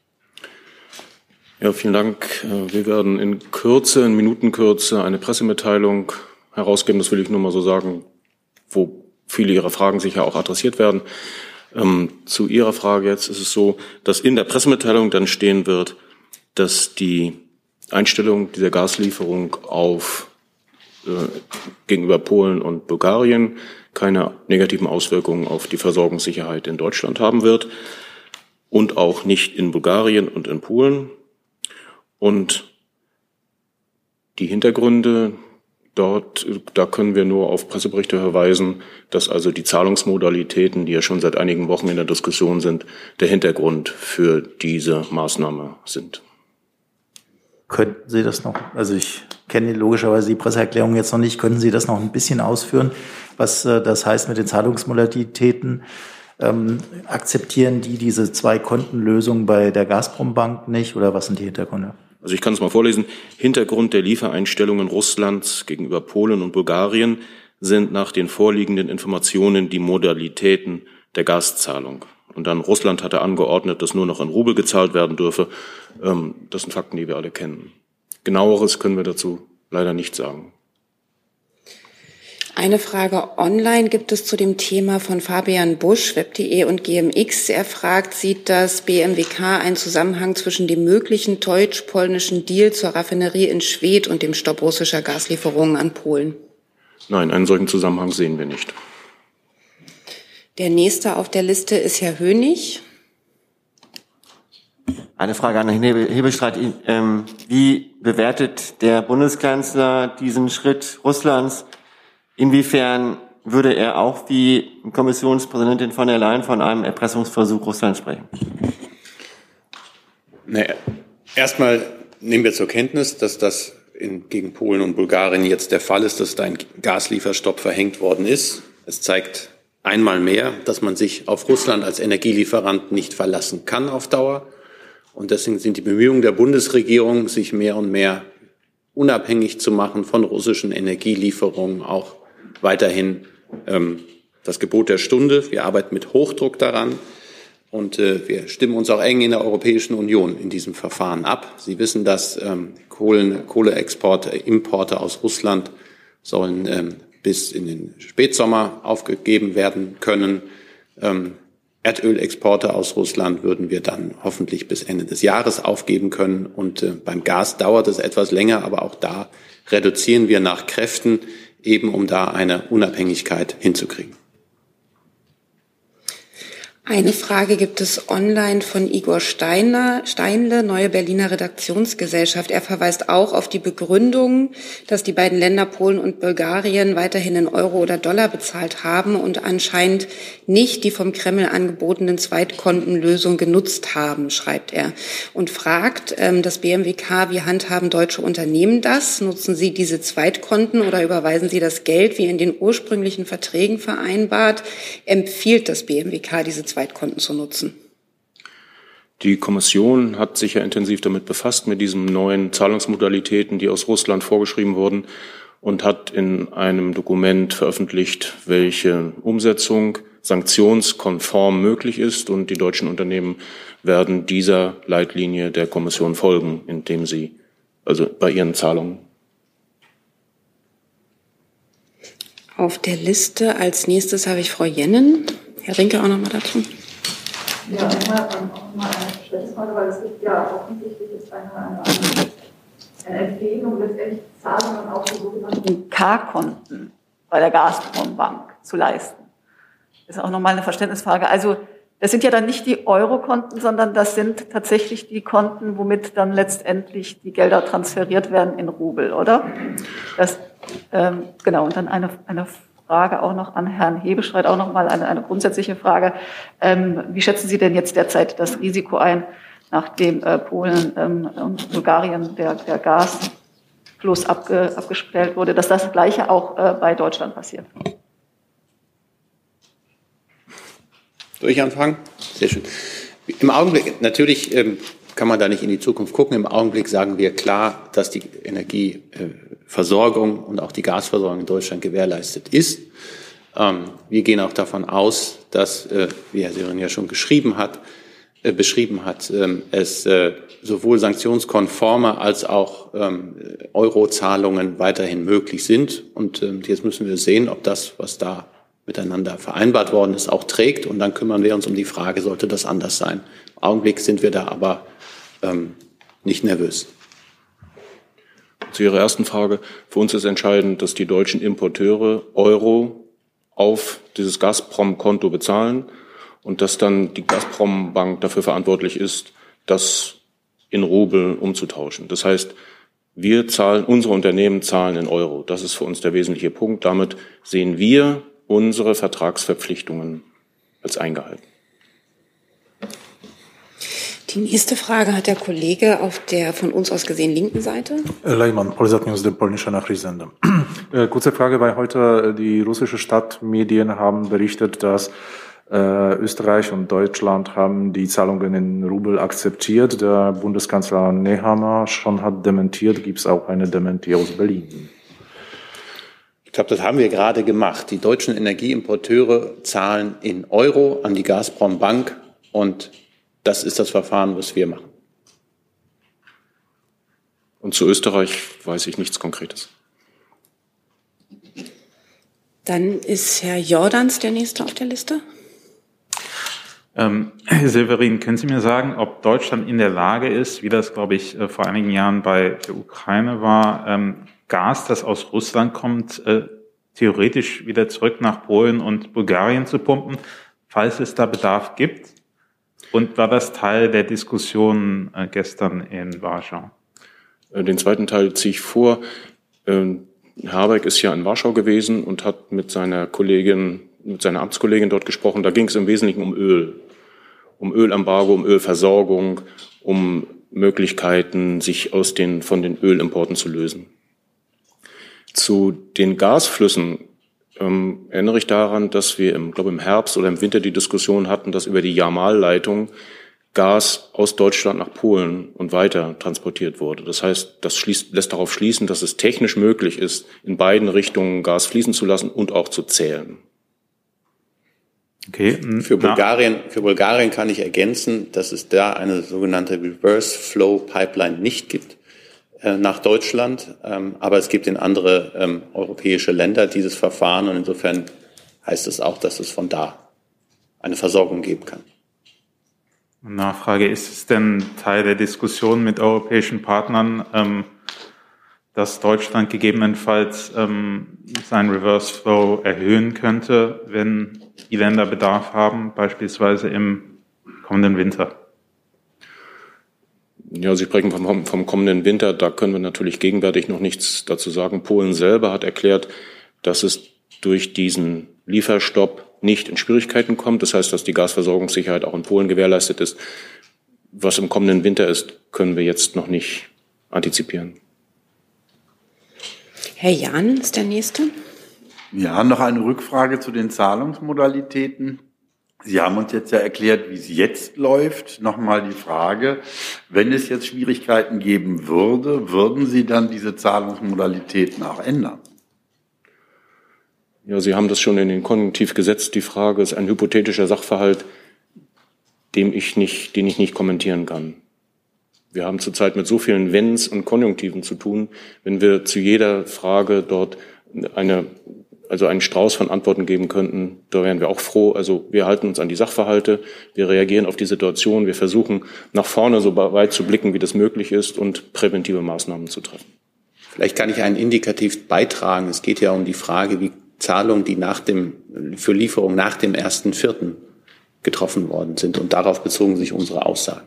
Ja, vielen Dank. Wir werden in Kürze, in Minutenkürze eine Pressemitteilung herausgeben. Das will ich nur mal so sagen, wo viele Ihrer Fragen sicher auch adressiert werden. Ähm, zu Ihrer Frage jetzt ist es so, dass in der Pressemitteilung dann stehen wird, dass die Einstellung dieser Gaslieferung auf äh, gegenüber Polen und Bulgarien keine negativen Auswirkungen auf die Versorgungssicherheit in Deutschland haben wird und auch nicht in Bulgarien und in Polen. Und die Hintergründe dort, da können wir nur auf Presseberichte verweisen, dass also die Zahlungsmodalitäten, die ja schon seit einigen Wochen in der Diskussion sind, der Hintergrund für diese Maßnahme sind. Könnten Sie das noch, also ich kenne logischerweise die Presseerklärung jetzt noch nicht, können Sie das noch ein bisschen ausführen, was äh, das heißt mit den Zahlungsmodalitäten? Ähm, akzeptieren die diese Zwei-Konten-Lösung bei der Gazprom-Bank nicht oder was sind die Hintergründe? Also ich kann es mal vorlesen. Hintergrund der Liefereinstellungen Russlands gegenüber Polen und Bulgarien sind nach den vorliegenden Informationen die Modalitäten der Gaszahlung. Und dann Russland hatte angeordnet, dass nur noch in Rubel gezahlt werden dürfe. Ähm, das sind Fakten, die wir alle kennen. Genaueres können wir dazu leider nicht sagen. Eine Frage online gibt es zu dem Thema von Fabian Busch, web punkt de und G M X. Er fragt, sieht das B M W K einen Zusammenhang zwischen dem möglichen deutsch-polnischen Deal zur Raffinerie in Schwedt und dem Stopp russischer Gaslieferungen an Polen? Nein, einen solchen Zusammenhang sehen wir nicht. Der nächste auf der Liste ist Herr Hönig. Eine Frage an Herrn Hebestreit. Ähm, wie bewertet der Bundeskanzler diesen Schritt Russlands? Inwiefern würde er auch wie Kommissionspräsidentin von der Leyen von einem Erpressungsversuch Russlands sprechen? Naja, erstmal nehmen wir zur Kenntnis, dass das in, gegen Polen und Bulgarien jetzt der Fall ist, dass da ein Gaslieferstopp verhängt worden ist. Es zeigt einmal mehr, dass man sich auf Russland als Energielieferant nicht verlassen kann auf Dauer. Und deswegen sind die Bemühungen der Bundesregierung, sich mehr und mehr unabhängig zu machen von russischen Energielieferungen, auch weiterhin ähm, das Gebot der Stunde. Wir arbeiten mit Hochdruck daran und äh, wir stimmen uns auch eng in der Europäischen Union in diesem Verfahren ab. Sie wissen, dass ähm, Kohlen, Kohleexporte, Importe aus Russland sollen ähm, bis in den Spätsommer aufgegeben werden können. Ähm, Erdölexporte aus Russland würden wir dann hoffentlich bis Ende des Jahres aufgeben können. Und äh, beim Gas dauert es etwas länger, aber auch da reduzieren wir nach Kräften, eben um da eine Unabhängigkeit hinzukriegen. Eine Frage gibt es online von Igor Steiner, Steinle, Neue Berliner Redaktionsgesellschaft. Er verweist auch auf die Begründung, dass die beiden Länder Polen und Bulgarien weiterhin in Euro oder Dollar bezahlt haben und anscheinend nicht die vom Kreml angebotenen Zweitkontenlösung genutzt haben, schreibt er. Und fragt ähm, das B M W K, wie handhaben deutsche Unternehmen das? Nutzen sie diese Zweitkonten oder überweisen sie das Geld wie in den ursprünglichen Verträgen vereinbart? Empfiehlt das B M W K, diese Zweitkonten zu nutzen? Die Kommission hat sich ja intensiv damit befasst, mit diesen neuen Zahlungsmodalitäten, die aus Russland vorgeschrieben wurden, und hat in einem Dokument veröffentlicht, welche Umsetzung sanktionskonform möglich ist. Und die deutschen Unternehmen werden dieser Leitlinie der Kommission folgen, indem sie, also bei ihren Zahlungen. Auf der Liste als nächstes habe ich Frau Jennen. Herr Rinke auch noch mal dazu. Ja, einmal, mal eine Verständnisfrage, weil es gibt ja offensichtlich jetzt eine, eine, eine Empfehlung, letztendlich Zahlungen auf die sogenannten K-Konten bei der Gazprom-Bank zu leisten. Das ist auch nochmal eine Verständnisfrage. Also das sind ja dann nicht die Euro-Konten, sondern das sind tatsächlich die Konten, womit dann letztendlich die Gelder transferiert werden in Rubel, oder? Das, ähm, genau, und dann eine, eine Frage auch noch an Herrn Hebestreit, auch noch mal eine, eine grundsätzliche Frage. Ähm, wie schätzen Sie denn jetzt derzeit das Risiko ein, nachdem äh, Polen ähm, und Bulgarien der, der Gasfluss abge, abgestellt wurde, dass das Gleiche auch äh, bei Deutschland passiert? Soll ich anfangen? Sehr schön. Im Augenblick, natürlich ähm, kann man da nicht in die Zukunft gucken. Im Augenblick sagen wir klar, dass die Energieversorgung und auch die Gasversorgung in Deutschland gewährleistet ist. Ähm, wir gehen auch davon aus, dass, äh, wie Herr Sören ja schon geschrieben hat, äh, beschrieben hat, äh, es äh, sowohl sanktionskonforme als auch ähm, Eurozahlungen weiterhin möglich sind. Und äh, jetzt müssen wir sehen, ob das, was da miteinander vereinbart worden ist, auch trägt. Und dann kümmern wir uns um die Frage, sollte das anders sein. Im Augenblick sind wir da aber ähm, nicht nervös. Zu Ihrer ersten Frage. Für uns ist entscheidend, dass die deutschen Importeure Euro auf dieses Gazprom-Konto bezahlen und dass dann die Gazprom-Bank dafür verantwortlich ist, das in Rubel umzutauschen. Das heißt, wir zahlen, unsere Unternehmen zahlen in Euro. Das ist für uns der wesentliche Punkt. Damit sehen wir unsere Vertragsverpflichtungen als eingehalten. Die nächste Frage hat der Kollege auf der von uns aus gesehen linken Seite. Lejman, Polsat News, der polnische Nachrichtensender. Äh, kurze Frage, weil heute die russische Stadtmedien haben berichtet, dass äh, Österreich und Deutschland haben die Zahlungen in Rubel akzeptiert. Der Bundeskanzler Nehammer schon hat dementiert. Gibt es auch eine Dementie aus Berlin? Ich glaube, das haben wir gerade gemacht. Die deutschen Energieimporteure zahlen in Euro an die Gazprom-Bank und das ist das Verfahren, was wir machen. Und zu Österreich weiß ich nichts Konkretes. Dann ist Herr Jordans der Nächste auf der Liste. Ähm, Herr Severin, können Sie mir sagen, ob Deutschland in der Lage ist, wie das, glaube ich, vor einigen Jahren bei der Ukraine war, ähm, Gas, das aus Russland kommt, äh, theoretisch wieder zurück nach Polen und Bulgarien zu pumpen, falls es da Bedarf gibt? Und war das Teil der Diskussion äh, gestern in Warschau? Den zweiten Teil ziehe ich vor. Ähm, Herr Habeck ist ja in Warschau gewesen und hat mit seiner Kollegin, mit seiner Amtskollegin dort gesprochen. Da ging es im Wesentlichen um Öl. Um Ölembargo, um Ölversorgung, um Möglichkeiten, sich aus den, von den Ölimporten zu lösen. Zu den Gasflüssen ähm, erinnere ich daran, dass wir im, glaube im Herbst oder im Winter die Diskussion hatten, dass über die Jamal-Leitung Gas aus Deutschland nach Polen und weiter transportiert wurde. Das heißt, das schließt, lässt darauf schließen, dass es technisch möglich ist, in beiden Richtungen Gas fließen zu lassen und auch zu zählen. Okay. Für Bulgarien, für Bulgarien kann ich ergänzen, dass es da eine sogenannte Reverse Flow Pipeline nicht gibt äh, nach Deutschland, ähm, aber es gibt in andere ähm, europäische Länder dieses Verfahren und insofern heißt es auch, dass es von da eine Versorgung geben kann. Nachfrage, ist es denn Teil der Diskussion mit europäischen Partnern, ähm, dass Deutschland gegebenenfalls ähm, sein Reverse Flow erhöhen könnte, wenn die Länder Bedarf haben, beispielsweise im kommenden Winter? Ja, Sie sprechen vom, vom kommenden Winter. Da können wir natürlich gegenwärtig noch nichts dazu sagen. Polen selber hat erklärt, dass es durch diesen Lieferstopp nicht in Schwierigkeiten kommt. Das heißt, dass die Gasversorgungssicherheit auch in Polen gewährleistet ist. Was im kommenden Winter ist, können wir jetzt noch nicht antizipieren. Herr Jahn ist der Nächste. Ja, noch eine Rückfrage zu den Zahlungsmodalitäten. Sie haben uns jetzt ja erklärt, wie es jetzt läuft. Nochmal die Frage, wenn es jetzt Schwierigkeiten geben würde, würden Sie dann diese Zahlungsmodalitäten auch ändern? Ja, Sie haben das schon in den Konjunktiv gesetzt. Die Frage ist ein hypothetischer Sachverhalt, dem ich nicht, den ich nicht kommentieren kann. Wir haben zurzeit mit so vielen Wenns und Konjunktiven zu tun. Wenn wir zu jeder Frage dort eine, also einen Strauß von Antworten geben könnten, da wären wir auch froh. Also wir halten uns an die Sachverhalte, wir reagieren auf die Situation, wir versuchen nach vorne so weit zu blicken, wie das möglich ist und präventive Maßnahmen zu treffen. Vielleicht kann ich einen indikativ beitragen. Es geht ja um die Frage, wie Zahlungen, die nach dem, für Lieferung nach dem ersten Vierten getroffen worden sind. Und darauf bezogen sich unsere Aussagen.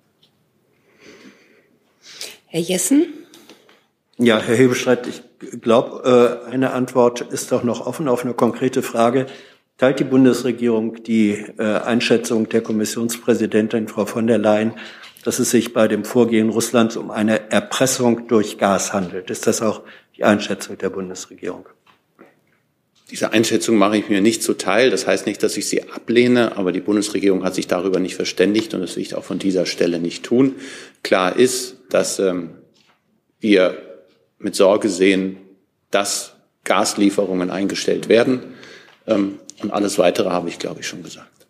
Herr Jessen? Ja, Herr Hebestreit, ich glaube, eine Antwort ist doch noch offen auf eine konkrete Frage. Teilt die Bundesregierung die Einschätzung der Kommissionspräsidentin Frau von der Leyen, dass es sich bei dem Vorgehen Russlands um eine Erpressung durch Gas handelt? Ist das auch die Einschätzung der Bundesregierung? Diese Einschätzung mache ich mir nicht zuteil. Das heißt nicht, dass ich sie ablehne, aber die Bundesregierung hat sich darüber nicht verständigt und das will ich auch von dieser Stelle nicht tun. Klar ist, dass ähm, wir mit Sorge sehen, dass Gaslieferungen eingestellt werden. Ähm, und alles Weitere habe ich, glaube ich, schon gesagt.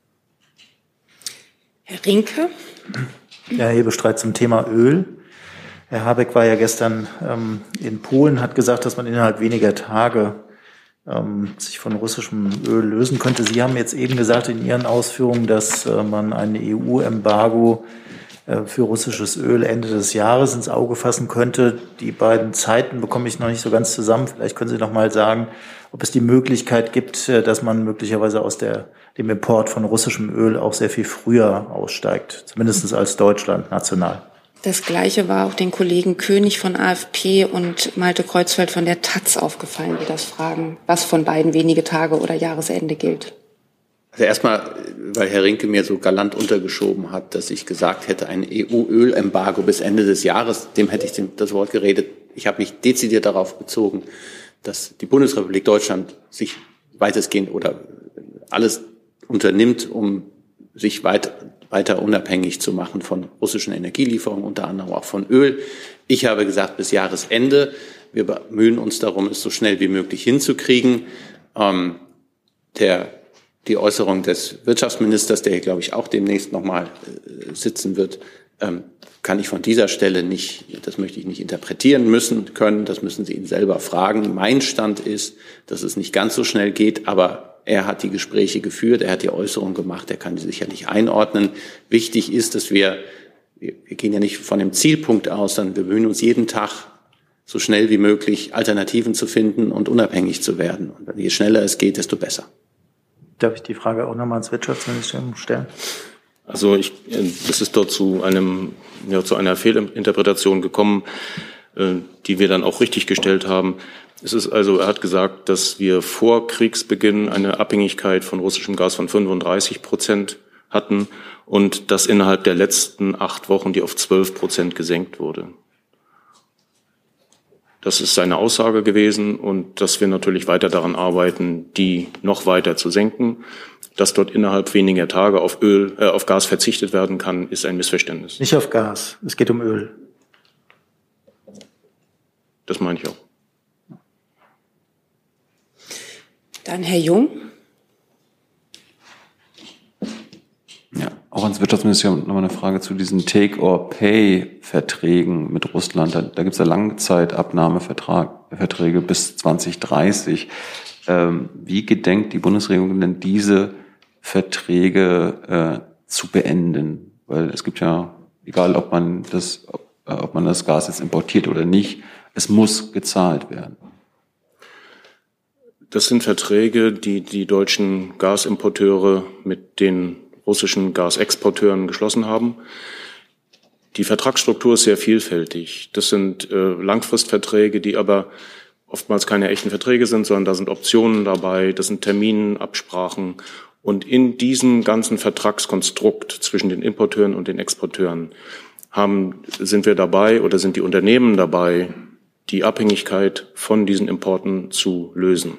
Herr Rinke? Ja, Herr Hebestreit zum Thema Öl. Herr Habeck war ja gestern ähm, in Polen, hat gesagt, dass man innerhalb weniger Tage ähm, sich von russischem Öl lösen könnte. Sie haben jetzt eben gesagt in Ihren Ausführungen, dass äh, man ein E U-Embargo äh, für russisches Öl Ende des Jahres ins Auge fassen könnte. Die beiden Zeiten bekomme ich noch nicht so ganz zusammen. Vielleicht können Sie noch mal sagen, ob es die Möglichkeit gibt, äh, dass man möglicherweise aus der, dem Import von russischem Öl auch sehr viel früher aussteigt, zumindest als Deutschland national. Das Gleiche war auch den Kollegen König von A F P und Malte Kreuzfeld von der Taz aufgefallen, die das fragen, was von beiden wenige Tage oder Jahresende gilt. Also erstmal, weil Herr Rinke mir so galant untergeschoben hat, dass ich gesagt hätte, ein E U-Ölembargo bis Ende des Jahres, dem hätte ich das Wort geredet. Ich habe mich dezidiert darauf bezogen, dass die Bundesrepublik Deutschland sich weitestgehend oder alles unternimmt, um sich weit, weiter unabhängig zu machen von russischen Energielieferungen, unter anderem auch von Öl. Ich habe gesagt, bis Jahresende. Wir bemühen uns darum, es so schnell wie möglich hinzukriegen. Ähm, der, die Äußerung des Wirtschaftsministers, der hier, glaube ich, auch demnächst nochmal äh, sitzen wird, ähm, kann ich von dieser Stelle nicht, das möchte ich nicht interpretieren müssen können. Das müssen Sie ihn selber fragen. Mein Stand ist, dass es nicht ganz so schnell geht, aber er hat die Gespräche geführt, er hat die Äußerungen gemacht, er kann die sicherlich einordnen. Wichtig ist, dass wir, wir gehen ja nicht von dem Zielpunkt aus, sondern wir bemühen uns jeden Tag, so schnell wie möglich Alternativen zu finden und unabhängig zu werden. Und je schneller es geht, desto besser. Darf ich die Frage auch nochmal ans Wirtschaftsministerium stellen? Also ich, es ist dort zu einem, ja, zu einer Fehlinterpretation gekommen, äh, die wir dann auch richtig gestellt haben. Es ist also, er hat gesagt, dass wir vor Kriegsbeginn eine Abhängigkeit von russischem Gas von fünfunddreißig Prozent hatten und dass innerhalb der letzten acht Wochen die auf zwölf Prozent gesenkt wurde. Das ist seine Aussage gewesen und dass wir natürlich weiter daran arbeiten, die noch weiter zu senken. Dass dort innerhalb weniger Tage auf Öl, äh, auf Gas verzichtet werden kann, ist ein Missverständnis. Nicht auf Gas, es geht um Öl. Das meine ich auch. Dann Herr Jung. Ja, auch ans Wirtschaftsministerium nochmal eine Frage zu diesen Take-or-Pay-Verträgen mit Russland. Da, da gibt es ja Langzeitabnahmeverträge bis zwanzig dreißig. Ähm, wie gedenkt die Bundesregierung denn diese Verträge äh, zu beenden? Weil es gibt ja, egal ob man das, ob, äh, ob man das Gas jetzt importiert oder nicht, es muss gezahlt werden. Das sind Verträge, die die deutschen Gasimporteure mit den russischen Gasexporteuren geschlossen haben. Die Vertragsstruktur ist sehr vielfältig. Das sind äh, Langfristverträge, die aber oftmals keine echten Verträge sind, sondern da sind Optionen dabei, das sind Terminabsprachen. Und in diesem ganzen Vertragskonstrukt zwischen den Importeuren und den Exporteuren haben, sind wir dabei oder sind die Unternehmen dabei, die Abhängigkeit von diesen Importen zu lösen.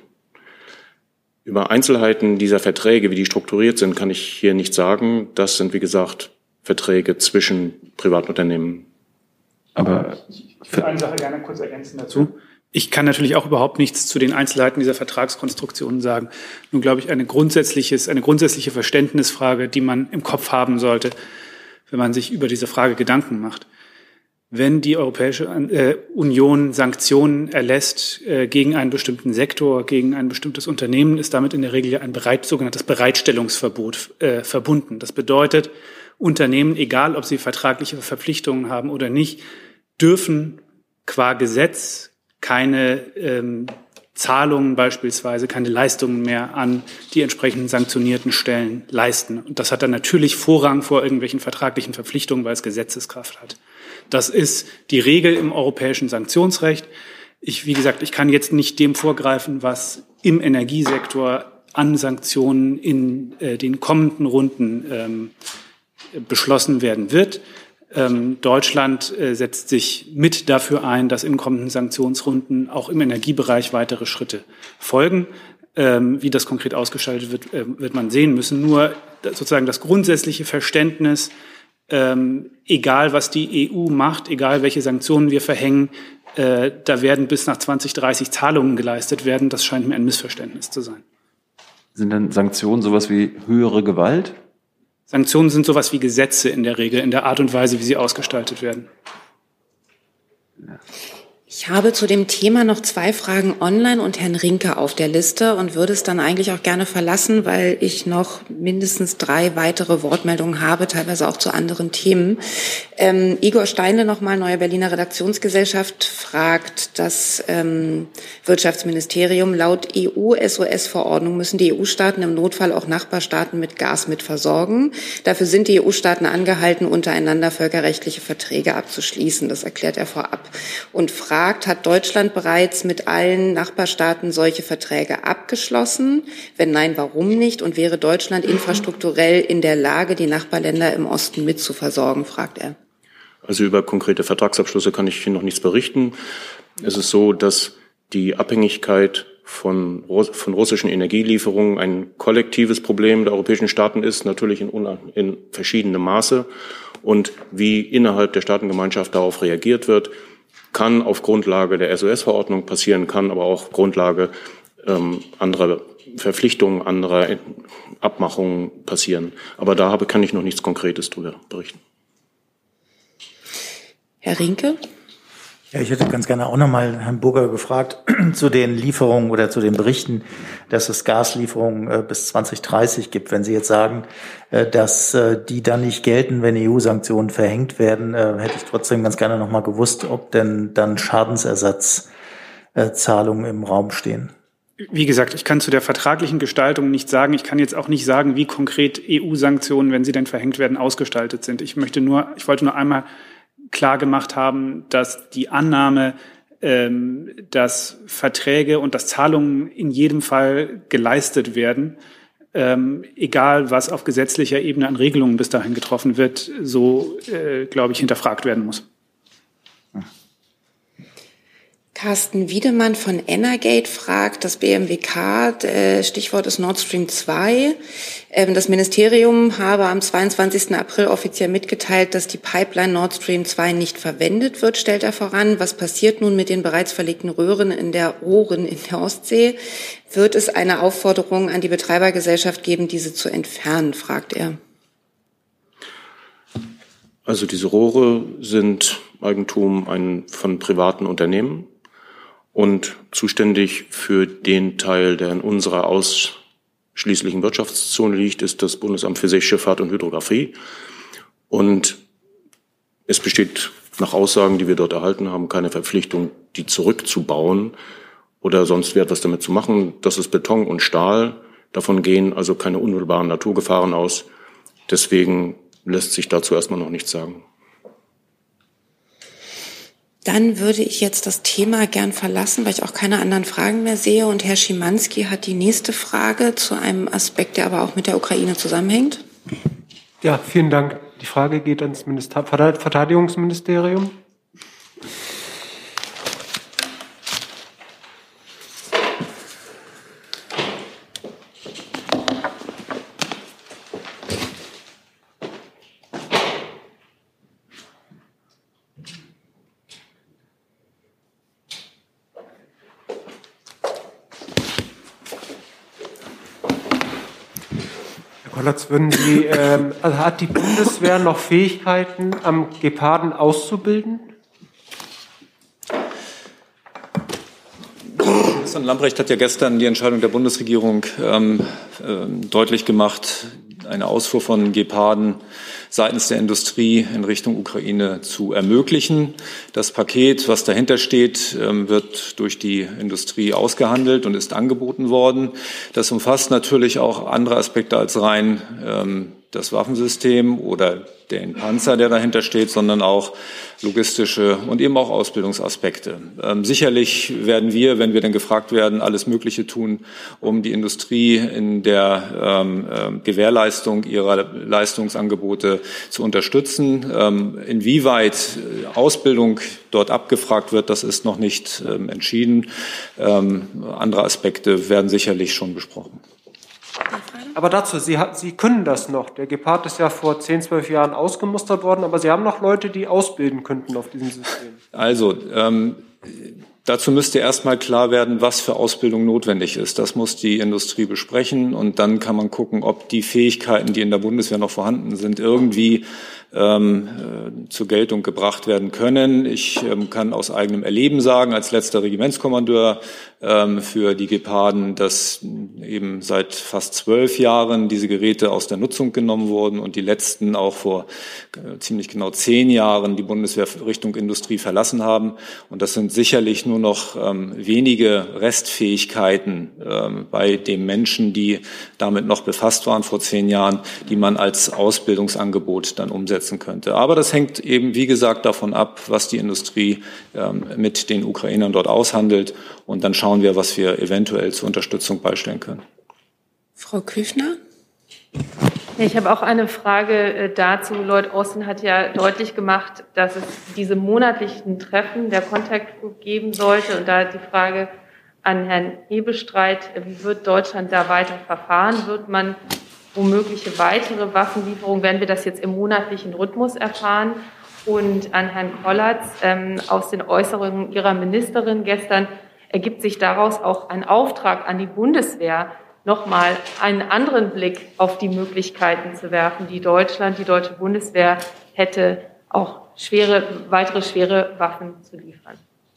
Über Einzelheiten dieser Verträge, wie die strukturiert sind, kann ich hier nicht sagen. Das sind, wie gesagt, Verträge zwischen Privatunternehmen. Aber ich würde eine Sache gerne kurz ergänzen dazu. Ich kann natürlich auch überhaupt nichts zu den Einzelheiten dieser Vertragskonstruktionen sagen. Nun glaube ich, eine grundsätzliches, eine grundsätzliche Verständnisfrage, die man im Kopf haben sollte, wenn man sich über diese Frage Gedanken macht. Wenn die Europäische äh, Union Sanktionen erlässt äh, gegen einen bestimmten Sektor, gegen ein bestimmtes Unternehmen, ist damit in der Regel ein bereit, sogenanntes Bereitstellungsverbot äh, verbunden. Das bedeutet, Unternehmen, egal ob sie vertragliche Verpflichtungen haben oder nicht, dürfen qua Gesetz keine ähm, Zahlungen beispielsweise, keine Leistungen mehr an die entsprechenden sanktionierten Stellen leisten. Und das hat dann natürlich Vorrang vor irgendwelchen vertraglichen Verpflichtungen, weil es Gesetzeskraft hat. Das ist die Regel im europäischen Sanktionsrecht. Ich, wie gesagt, ich kann jetzt nicht dem vorgreifen, was im Energiesektor an Sanktionen in äh, den kommenden Runden ähm, beschlossen werden wird. Ähm, Deutschland äh, setzt sich mit dafür ein, dass in kommenden Sanktionsrunden auch im Energiebereich weitere Schritte folgen. Ähm, wie das konkret ausgestaltet wird, äh, wird man sehen müssen. Nur sozusagen das grundsätzliche Verständnis, ähm, egal was die E U macht, egal welche Sanktionen wir verhängen, äh, da werden bis nach zwanzig dreißig Zahlungen geleistet werden. Das scheint mir ein Missverständnis zu sein. Sind denn Sanktionen sowas wie höhere Gewalt? Sanktionen sind sowas wie Gesetze in der Regel, in der Art und Weise, wie sie ausgestaltet werden. Ich habe zu dem Thema noch zwei Fragen online und Herrn Rinke auf der Liste und würde es dann eigentlich auch gerne verlassen, weil ich noch mindestens drei weitere Wortmeldungen habe, teilweise auch zu anderen Themen. Ähm, Igor Steinle nochmal, Neue Berliner Redaktionsgesellschaft, fragt das ähm, Wirtschaftsministerium, laut E U-S O S-Verordnung müssen die E U-Staaten im Notfall auch Nachbarstaaten mit Gas mit versorgen. Dafür sind die E U-Staaten angehalten, untereinander völkerrechtliche Verträge abzuschließen. Das erklärt er vorab und fragt, hat Deutschland bereits mit allen Nachbarstaaten solche Verträge abgeschlossen? Wenn nein, warum nicht? Und wäre Deutschland infrastrukturell in der Lage, die Nachbarländer im Osten mit zu versorgen, fragt er. Also über konkrete Vertragsabschlüsse kann ich hier noch nichts berichten. Es ist so, dass die Abhängigkeit von, von russischen Energielieferungen ein kollektives Problem der europäischen Staaten ist, natürlich in, in verschiedenem Maße. Und wie innerhalb der Staatengemeinschaft darauf reagiert wird, kann auf Grundlage der S O S-Verordnung passieren, kann aber auch Grundlage ähm, anderer Verpflichtungen, anderer Abmachungen passieren. Aber da habe, kann ich noch nichts Konkretes drüber berichten. Herr Rinke? Ja, ich hätte ganz gerne auch nochmal Herrn Burger gefragt zu den Lieferungen oder zu den Berichten, dass es Gaslieferungen äh, bis zwanzig dreißig gibt. Wenn Sie jetzt sagen, äh, dass äh, die dann nicht gelten, wenn E U-Sanktionen verhängt werden, äh, hätte ich trotzdem ganz gerne nochmal gewusst, ob denn dann Schadensersatzzahlungen äh, im Raum stehen. wie gesagt, ich kann zu der vertraglichen Gestaltung nichts sagen. Ich kann jetzt auch nicht sagen, wie konkret E U-Sanktionen, wenn sie denn verhängt werden, ausgestaltet sind. Ich möchte nur, ich wollte nur einmal klar gemacht haben, dass die Annahme, ähm, dass Verträge und dass Zahlungen in jedem Fall geleistet werden, ähm, egal was auf gesetzlicher Ebene an Regelungen bis dahin getroffen wird, so, äh, glaube ich, hinterfragt werden muss. Carsten Wiedemann von Energate fragt, das B M W K, äh, Stichwort ist Nord Stream zwei. Ähm, das Ministerium habe am zweiundzwanzigsten April offiziell mitgeteilt, dass die Pipeline Nord Stream zwei nicht verwendet wird, stellt er voran. Was passiert nun mit den bereits verlegten Röhren in der Rohren in der Ostsee? Wird es eine Aufforderung an die Betreibergesellschaft geben, diese zu entfernen, fragt er. Also diese Rohre sind Eigentum ein, von privaten Unternehmen. Und zuständig für den Teil, der in unserer ausschließlichen Wirtschaftszone liegt, ist das Bundesamt für Seeschifffahrt und Hydrographie. Und es besteht nach Aussagen, die wir dort erhalten haben, keine Verpflichtung, die zurückzubauen oder sonst wie etwas damit zu machen. Das ist Beton und Stahl. Davon gehen also keine unmittelbaren Naturgefahren aus. Deswegen lässt sich dazu erstmal noch nichts sagen. Dann würde ich jetzt das Thema gern verlassen, weil ich auch keine anderen Fragen mehr sehe. Und Herr Schimanski hat die nächste Frage zu einem Aspekt, der aber auch mit der Ukraine zusammenhängt. Ja, vielen Dank. Die Frage geht ans Minister- Verteidigungsministerium. Würden Sie, ähm, also hat die Bundeswehr noch Fähigkeiten, am Geparden auszubilden? Christian Lambrecht hat ja gestern die Entscheidung der Bundesregierung ähm, äh, deutlich gemacht, eine Ausfuhr von Geparden seitens der Industrie in Richtung Ukraine zu ermöglichen. Das Paket, was dahinter steht, wird durch die Industrie ausgehandelt und ist angeboten worden. Das umfasst natürlich auch andere Aspekte als rein ähm, das Waffensystem oder den Panzer, der dahinter steht, sondern auch logistische und eben auch Ausbildungsaspekte. Ähm, sicherlich werden wir, wenn wir dann gefragt werden, alles Mögliche tun, um die Industrie in der ähm, äh, Gewährleistung ihrer Leistungsangebote zu unterstützen. Ähm, inwieweit Ausbildung dort abgefragt wird, das ist noch nicht ähm, entschieden. Ähm, andere Aspekte werden sicherlich schon besprochen. Aber dazu, Sie, Sie können das noch. Der Gepard ist ja vor zehn, zwölf Jahren ausgemustert worden, aber Sie haben noch Leute, die ausbilden könnten auf diesem System. Also, ähm, dazu müsste erstmal klar werden, was für Ausbildung notwendig ist. Das muss die Industrie besprechen und dann kann man gucken, ob die Fähigkeiten, die in der Bundeswehr noch vorhanden sind, irgendwie ähm, äh, zur Geltung gebracht werden können. Ich ähm, kann aus eigenem Erleben sagen, als letzter Regimentskommandeur ähm, für die Geparden, dass eben seit fast zwölf Jahren diese Geräte aus der Nutzung genommen wurden und die letzten auch vor äh, ziemlich genau zehn Jahren die Bundeswehr Richtung Industrie verlassen haben. Und das sind sicherlich nur noch ähm, wenige Restfähigkeiten ähm, bei den Menschen, die damit noch befasst waren vor zehn Jahren, die man als Ausbildungsangebot dann umsetzen könnte. Aber das hängt eben, wie gesagt, davon ab, was die Industrie ähm, mit den Ukrainern dort aushandelt. Und dann schauen wir, was wir eventuell zur Unterstützung beistellen können. Frau Küchner? Ja, ich habe auch eine Frage dazu. Lloyd Austin hat ja deutlich gemacht, dass es diese monatlichen Treffen der Contact Group geben sollte. Und da die Frage an Herrn Hebestreit, wie wird Deutschland da weiter verfahren? Wird man womögliche weitere Waffenlieferungen, werden wir das jetzt im monatlichen Rhythmus erfahren? Und an Herrn Kollatz, ähm, aus den Äußerungen Ihrer Ministerin gestern ergibt sich daraus auch ein Auftrag an die Bundeswehr, nochmal einen anderen Blick auf die Möglichkeiten zu werfen, die Deutschland, die deutsche Bundeswehr hätte, auch schwere, weitere schwere Waffen zu liefern.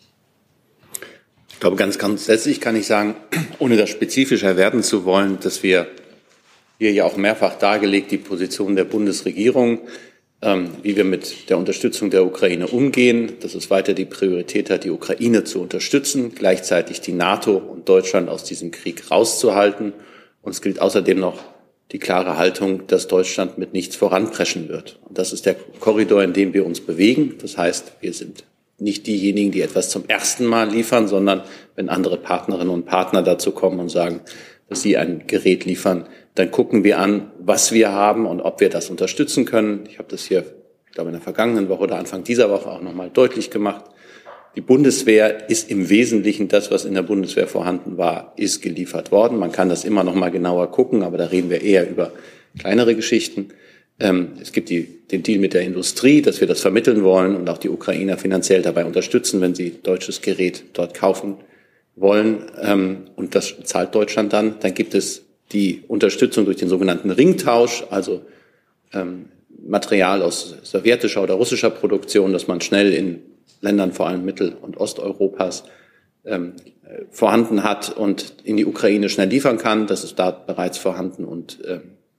Ich glaube, ganz grundsätzlich kann ich sagen, ohne das spezifischer werden zu wollen, dass wir hier ja auch mehrfach dargelegt, die Position der Bundesregierung. ähm, wie wir mit der Unterstützung der Ukraine umgehen, dass es weiter die Priorität hat, die Ukraine zu unterstützen, gleichzeitig die NATO und Deutschland aus diesem Krieg rauszuhalten. Und es gilt außerdem noch die klare Haltung, dass Deutschland mit nichts voranpreschen wird. Und das ist der Korridor, in dem wir uns bewegen. Das heißt, wir sind nicht diejenigen, die etwas zum ersten Mal liefern, sondern wenn andere Partnerinnen und Partner dazu kommen und sagen, dass sie ein Gerät liefern, dann gucken wir an, was wir haben und ob wir das unterstützen können. Ich habe das hier, ich glaube, in der vergangenen Woche oder Anfang dieser Woche auch nochmal deutlich gemacht. Die Bundeswehr ist im Wesentlichen das, was in der Bundeswehr vorhanden war, ist geliefert worden. Man kann das immer noch mal genauer gucken, aber da reden wir eher über kleinere Geschichten. Ähm, es gibt die, den Deal mit der Industrie, dass wir das vermitteln wollen und auch die Ukrainer finanziell dabei unterstützen, wenn sie deutsches Gerät dort kaufen wollen. Ähm, und das zahlt Deutschland dann. Dann gibt es die Unterstützung durch den sogenannten Ringtausch, also ähm, Material aus sowjetischer oder russischer Produktion, dass man schnell in Ländern vor allem Mittel- und Osteuropas ähm, vorhanden hat und in die Ukraine schnell liefern kann. Das ist da bereits vorhanden und ähm,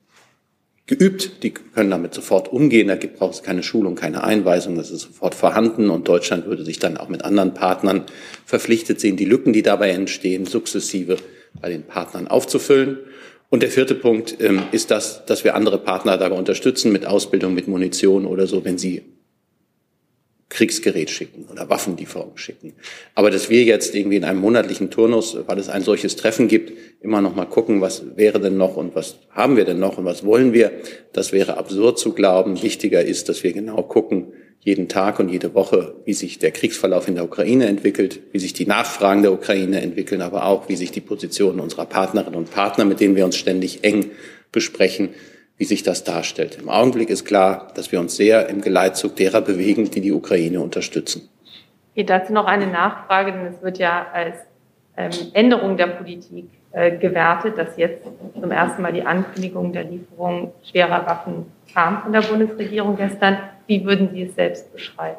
geübt. Die können damit sofort umgehen. Da gibt, braucht es keine Schulung, keine Einweisung. Das ist sofort vorhanden und Deutschland würde sich dann auch mit anderen Partnern verpflichtet sehen, die Lücken, die dabei entstehen, sukzessive bei den Partnern aufzufüllen. Und der vierte Punkt ähm, ist das, dass wir andere Partner dabei unterstützen mit Ausbildung, mit Munition oder so, wenn sie Kriegsgerät schicken oder Waffenlieferungen schicken. Aber dass wir jetzt irgendwie in einem monatlichen Turnus, weil es ein solches Treffen gibt, immer noch mal gucken, was wäre denn noch und was haben wir denn noch und was wollen wir, das wäre absurd zu glauben. Wichtiger ist, dass wir genau gucken, jeden Tag und jede Woche, wie sich der Kriegsverlauf in der Ukraine entwickelt, wie sich die Nachfragen der Ukraine entwickeln, aber auch, wie sich die Positionen unserer Partnerinnen und Partner, mit denen wir uns ständig eng besprechen, wie sich das darstellt. Im Augenblick ist klar, dass wir uns sehr im Geleitzug derer bewegen, die die Ukraine unterstützen. Hier dazu noch eine Nachfrage, denn es wird ja als ähm, Änderung der Politik äh, gewertet, dass jetzt zum ersten Mal die Ankündigung der Lieferung schwerer Waffen kam von der Bundesregierung gestern. Wie würden Sie es selbst beschreiben?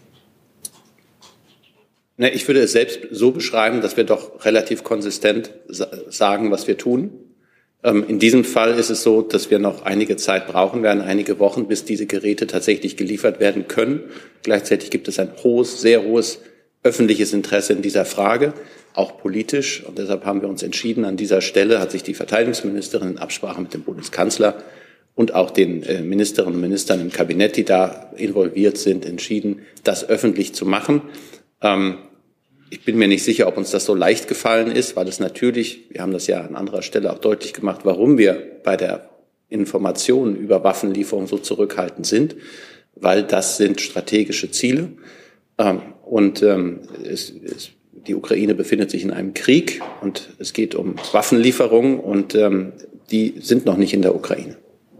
Ne, ich würde es selbst so beschreiben, dass wir doch relativ konsistent sagen, was wir tun. In diesem Fall ist es so, dass wir noch einige Zeit brauchen werden, einige Wochen, bis diese Geräte tatsächlich geliefert werden können. Gleichzeitig gibt es ein hohes, sehr hohes öffentliches Interesse in dieser Frage, auch politisch. Und deshalb haben wir uns entschieden, an dieser Stelle hat sich die Verteidigungsministerin in Absprache mit dem Bundeskanzler und auch den Ministerinnen und Ministern im Kabinett, die da involviert sind, entschieden, das öffentlich zu machen. Ich bin mir nicht sicher, ob uns das so leicht gefallen ist, weil es natürlich, wir haben das ja an anderer Stelle auch deutlich gemacht, warum wir bei der Information über Waffenlieferungen so zurückhaltend sind, weil das sind strategische Ziele. Und es, es, die Ukraine befindet sich in einem Krieg und es geht um Waffenlieferungen und die sind noch nicht in der Ukraine.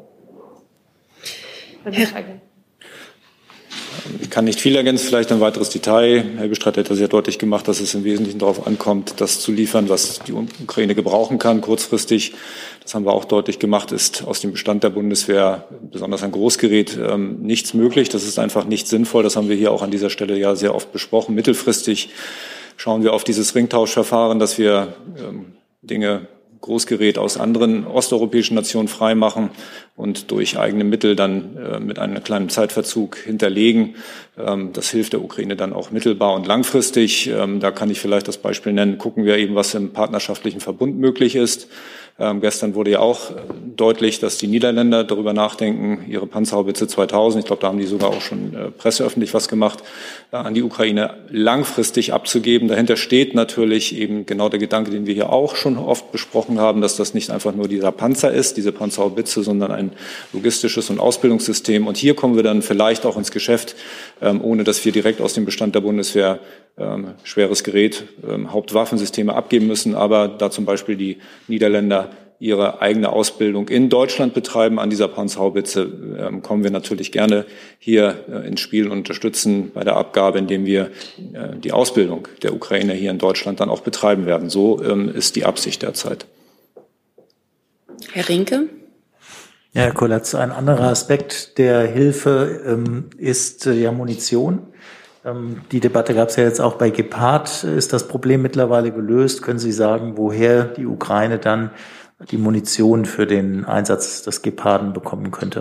Ich kann nicht viel ergänzen, vielleicht ein weiteres Detail. Herr Bestreit hat das ja deutlich gemacht, dass es im Wesentlichen darauf ankommt, das zu liefern, was die Ukraine gebrauchen kann, kurzfristig. Das haben wir auch deutlich gemacht, ist aus dem Bestand der Bundeswehr, besonders ein Großgerät, ähm, nichts möglich. Das ist einfach nicht sinnvoll. Das haben wir hier auch an dieser Stelle ja sehr oft besprochen. Mittelfristig schauen wir auf dieses Ringtauschverfahren, dass wir ähm, Dinge Großgerät aus anderen osteuropäischen Nationen freimachen und durch eigene Mittel dann äh, mit einem kleinen Zeitverzug hinterlegen. Ähm, das hilft der Ukraine dann auch mittelbar und langfristig. Ähm, da kann ich vielleicht das Beispiel nennen. Gucken wir eben, was im partnerschaftlichen Verbund möglich ist. Ähm, gestern wurde ja auch deutlich, dass die Niederländer darüber nachdenken, ihre Panzerhaubitze zweitausend, ich glaube, da haben die sogar auch schon äh, presseöffentlich was gemacht, äh, an die Ukraine langfristig abzugeben. Dahinter steht natürlich eben genau der Gedanke, den wir hier auch schon oft besprochen haben, dass das nicht einfach nur dieser Panzer ist, diese Panzerhaubitze, sondern ein logistisches und Ausbildungssystem. Und hier kommen wir dann vielleicht auch ins Geschäft, ähm, ohne dass wir direkt aus dem Bestand der Bundeswehr ähm, schweres Gerät, ähm, Hauptwaffensysteme abgeben müssen, aber da zum Beispiel die Niederländer ihre eigene Ausbildung in Deutschland betreiben an dieser Panzerhaubitze, ähm, kommen wir natürlich gerne hier äh, ins Spiel und unterstützen bei der Abgabe, indem wir äh, die Ausbildung der Ukrainer hier in Deutschland dann auch betreiben werden. So ähm, ist die Absicht derzeit. Herr Rinke? Ja, Herr Kolatz, ein anderer Aspekt der Hilfe ähm, ist äh, ja Munition. Ähm, die Debatte gab es ja jetzt auch bei Gepard. Ist das Problem mittlerweile gelöst? Können Sie sagen, woher die Ukraine dann die Munition für den Einsatz des Geparden bekommen könnte?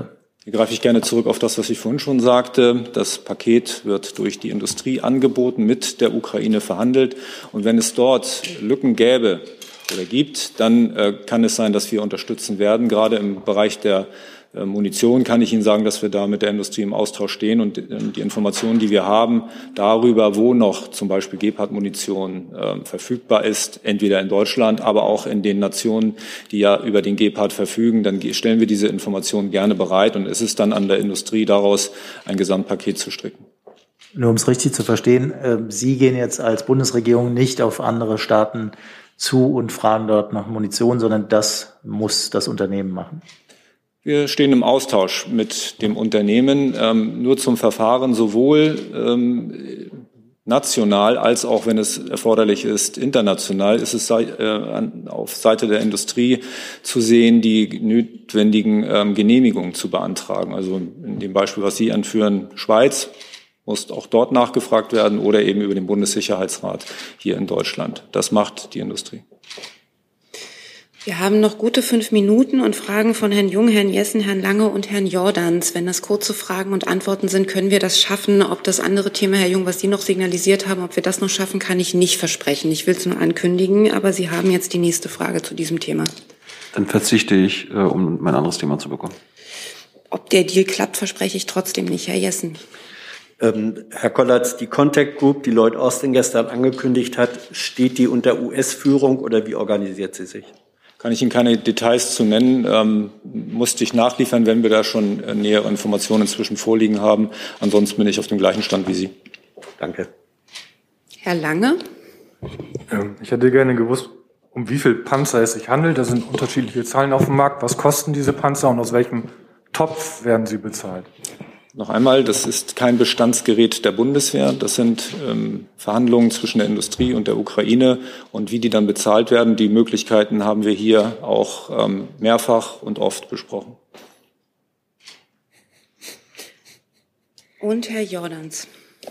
Hier greife ich gerne zurück auf das, was ich vorhin schon sagte. Das Paket wird durch die Industrie angeboten, mit der Ukraine verhandelt. Und wenn es dort Lücken gäbe oder gibt, dann äh, kann es sein, dass wir unterstützen werden. Gerade im Bereich der äh, Munition kann ich Ihnen sagen, dass wir da mit der Industrie im Austausch stehen und äh, die Informationen, die wir haben, darüber, wo noch zum Beispiel Gepard-Munition äh, verfügbar ist, entweder in Deutschland, aber auch in den Nationen, die ja über den Gepard verfügen, dann stellen wir diese Informationen gerne bereit und es ist dann an der Industrie, daraus ein Gesamtpaket zu stricken. Nur um es richtig zu verstehen, äh, Sie gehen jetzt als Bundesregierung nicht auf andere Staaten zu und fragen dort nach Munition, sondern das muss das Unternehmen machen. Wir stehen im Austausch mit dem Unternehmen, ähm, nur zum Verfahren sowohl ähm, national als auch, wenn es erforderlich ist, international, ist es äh, auf Seite der Industrie zu sehen, die notwendigen ähm, Genehmigungen zu beantragen. Also in dem Beispiel, was Sie anführen, Schweiz, muss auch dort nachgefragt werden oder eben über den Bundessicherheitsrat hier in Deutschland. Das macht die Industrie. Wir haben noch gute fünf Minuten und Fragen von Herrn Jung, Herrn Jessen, Herrn Lange und Herrn Jordans. Wenn das kurze Fragen und Antworten sind, können wir das schaffen. Ob das andere Thema, Herr Jung, was Sie noch signalisiert haben, ob wir das noch schaffen, kann ich nicht versprechen. Ich will es nur ankündigen, aber Sie haben jetzt die nächste Frage zu diesem Thema. Dann verzichte ich, äh, um mein anderes Thema zu bekommen. Ob der Deal klappt, verspreche ich trotzdem nicht. Herr Jessen. Ähm, Herr Kollatz, die Contact Group, die Lloyd Austin gestern angekündigt hat, steht die unter U S-Führung oder wie organisiert sie sich? Kann ich Ihnen keine Details zu nennen, ähm, musste ich nachliefern, wenn wir da schon äh, nähere Informationen inzwischen vorliegen haben. Ansonsten bin ich auf dem gleichen Stand wie Sie. Danke. Herr Lange. Ähm, ich hätte gerne gewusst, um wie viel Panzer es sich handelt. Da sind unterschiedliche Zahlen auf dem Markt. Was kosten diese Panzer und aus welchem Topf werden sie bezahlt? Noch einmal, das ist kein Bestandsgerät der Bundeswehr. Das sind ähm, Verhandlungen zwischen der Industrie und der Ukraine. Und wie die dann bezahlt werden, die Möglichkeiten haben wir hier auch ähm, mehrfach und oft besprochen. Und Herr Jordans.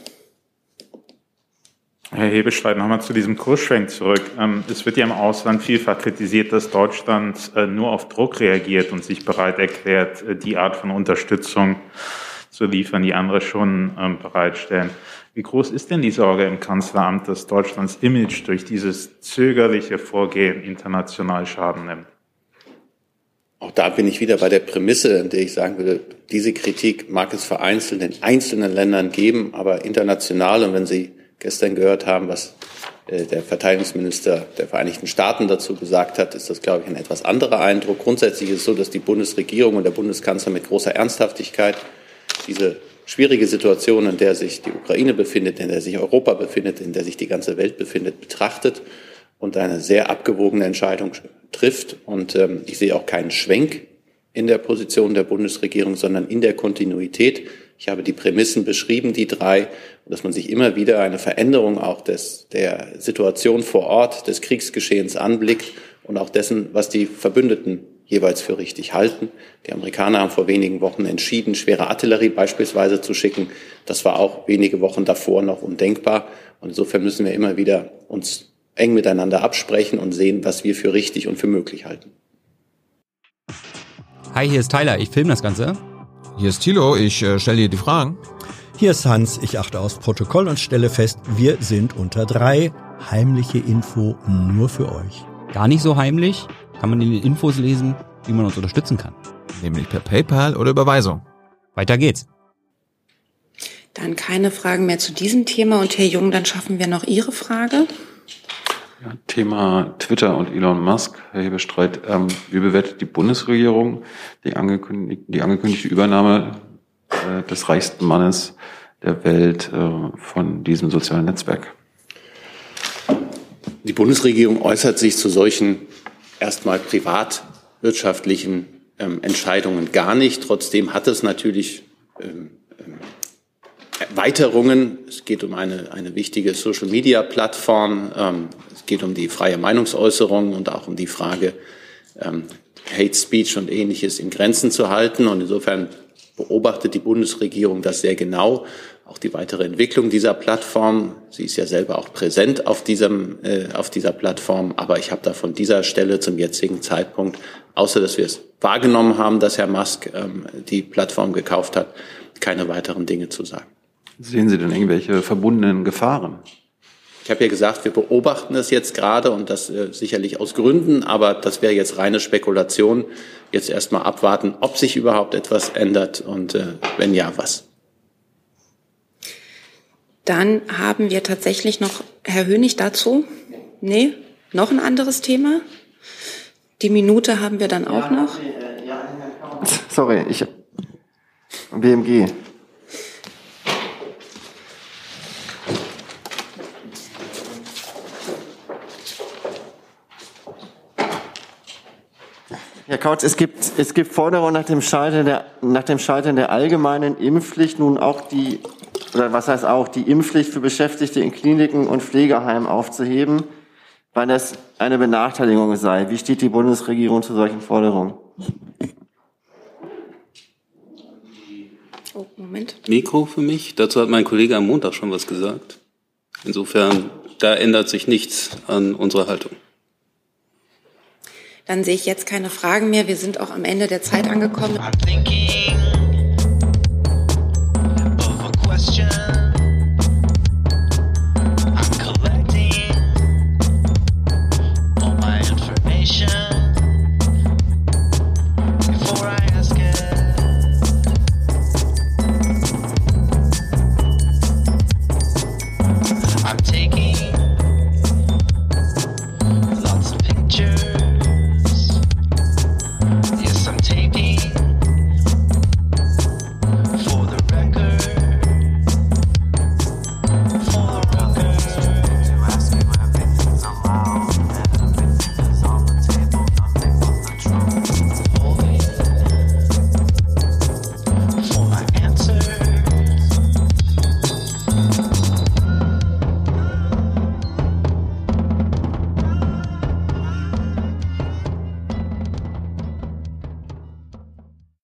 Herr Hebestreit, nochmal zu diesem Kursschwenk zurück. Es wird ja im Ausland vielfach kritisiert, dass Deutschland nur auf Druck reagiert und sich bereit erklärt, die Art von Unterstützung zu liefern, die andere schon bereitstellen. Wie groß ist denn die Sorge im Kanzleramt, dass Deutschlands Image durch dieses zögerliche Vorgehen international Schaden nimmt? Auch da bin ich wieder bei der Prämisse, in der ich sagen würde, diese Kritik mag es vereinzelt in einzelnen Ländern geben, aber international, und wenn Sie gestern gehört haben, was der Verteidigungsminister der Vereinigten Staaten dazu gesagt hat, ist das, glaube ich, ein etwas anderer Eindruck. Grundsätzlich ist es so, dass die Bundesregierung und der Bundeskanzler mit großer Ernsthaftigkeit diese schwierige Situation, in der sich die Ukraine befindet, in der sich Europa befindet, in der sich die ganze Welt befindet, betrachtet und eine sehr abgewogene Entscheidung trifft. Und ähm, ich sehe auch keinen Schwenk in der Position der Bundesregierung, sondern in der Kontinuität. Ich habe die Prämissen beschrieben, die drei, dass man sich immer wieder eine Veränderung auch des, der Situation vor Ort, des Kriegsgeschehens anblickt und auch dessen, was die Verbündeten jeweils für richtig halten. Die Amerikaner haben vor wenigen Wochen entschieden, schwere Artillerie beispielsweise zu schicken. Das war auch wenige Wochen davor noch undenkbar. Und insofern müssen wir immer wieder uns eng miteinander absprechen und sehen, was wir für richtig und für möglich halten. Hi, hier ist Tyler, ich filme das Ganze. Hier ist Thilo, ich äh, stelle dir die Fragen. Hier ist Hans, ich achte aufs Protokoll und stelle fest, wir sind unter drei. Heimliche Info nur für euch. Gar nicht so heimlich, kann man in den Infos lesen, wie man uns unterstützen kann. Nämlich per PayPal oder Überweisung. Weiter geht's. Dann keine Fragen mehr zu diesem Thema. Und Herr Jung, dann schaffen wir noch Ihre Frage. Ja, Thema Twitter und Elon Musk, Herr Hebestreit. Ähm, wie bewertet die Bundesregierung die, angekündigte, die angekündigte Übernahme äh, des reichsten Mannes der Welt äh, von diesem sozialen Netzwerk? Die Bundesregierung äußert sich zu solchen erstmal privatwirtschaftlichen ähm, Entscheidungen gar nicht. Trotzdem hat es natürlich ähm, Erweiterungen. Es geht um eine, eine wichtige Social-Media-Plattform. Ähm, es geht um die freie Meinungsäußerung und auch um die Frage, ähm, Hate Speech und Ähnliches in Grenzen zu halten. Und insofern beobachtet die Bundesregierung das sehr genau. auch die weitere Entwicklung dieser Plattform. Sie ist ja selber auch präsent auf diesem, äh, auf dieser Plattform. Aber ich habe da von dieser Stelle zum jetzigen Zeitpunkt, außer dass wir es wahrgenommen haben, dass Herr Musk ähm, die Plattform gekauft hat, keine weiteren Dinge zu sagen. Sehen Sie denn irgendwelche verbundenen Gefahren? Ich habe ja gesagt, wir beobachten es jetzt gerade und das äh, sicherlich aus Gründen, aber das wäre jetzt reine Spekulation. Jetzt erstmal abwarten, ob sich überhaupt etwas ändert und äh, wenn ja, was. Dann haben wir tatsächlich noch Herr Hönig dazu. Nee, noch ein anderes Thema? Die Minute haben wir dann auch noch. Sorry, ich B M G. Herr Kautz, es gibt, es gibt Forderungen nach dem Scheitern der, nach dem Scheitern der allgemeinen Impfpflicht nun auch die, oder was heißt auch, die Impfpflicht für Beschäftigte in Kliniken und Pflegeheimen aufzuheben, weil das eine Benachteiligung sei. Wie steht die Bundesregierung zu solchen Forderungen? Oh, Moment. Mikro für mich. Dazu hat mein Kollege am Montag schon was gesagt. Insofern, da ändert sich nichts an unserer Haltung. Dann sehe ich jetzt keine Fragen mehr. Wir sind auch am Ende der Zeit angekommen.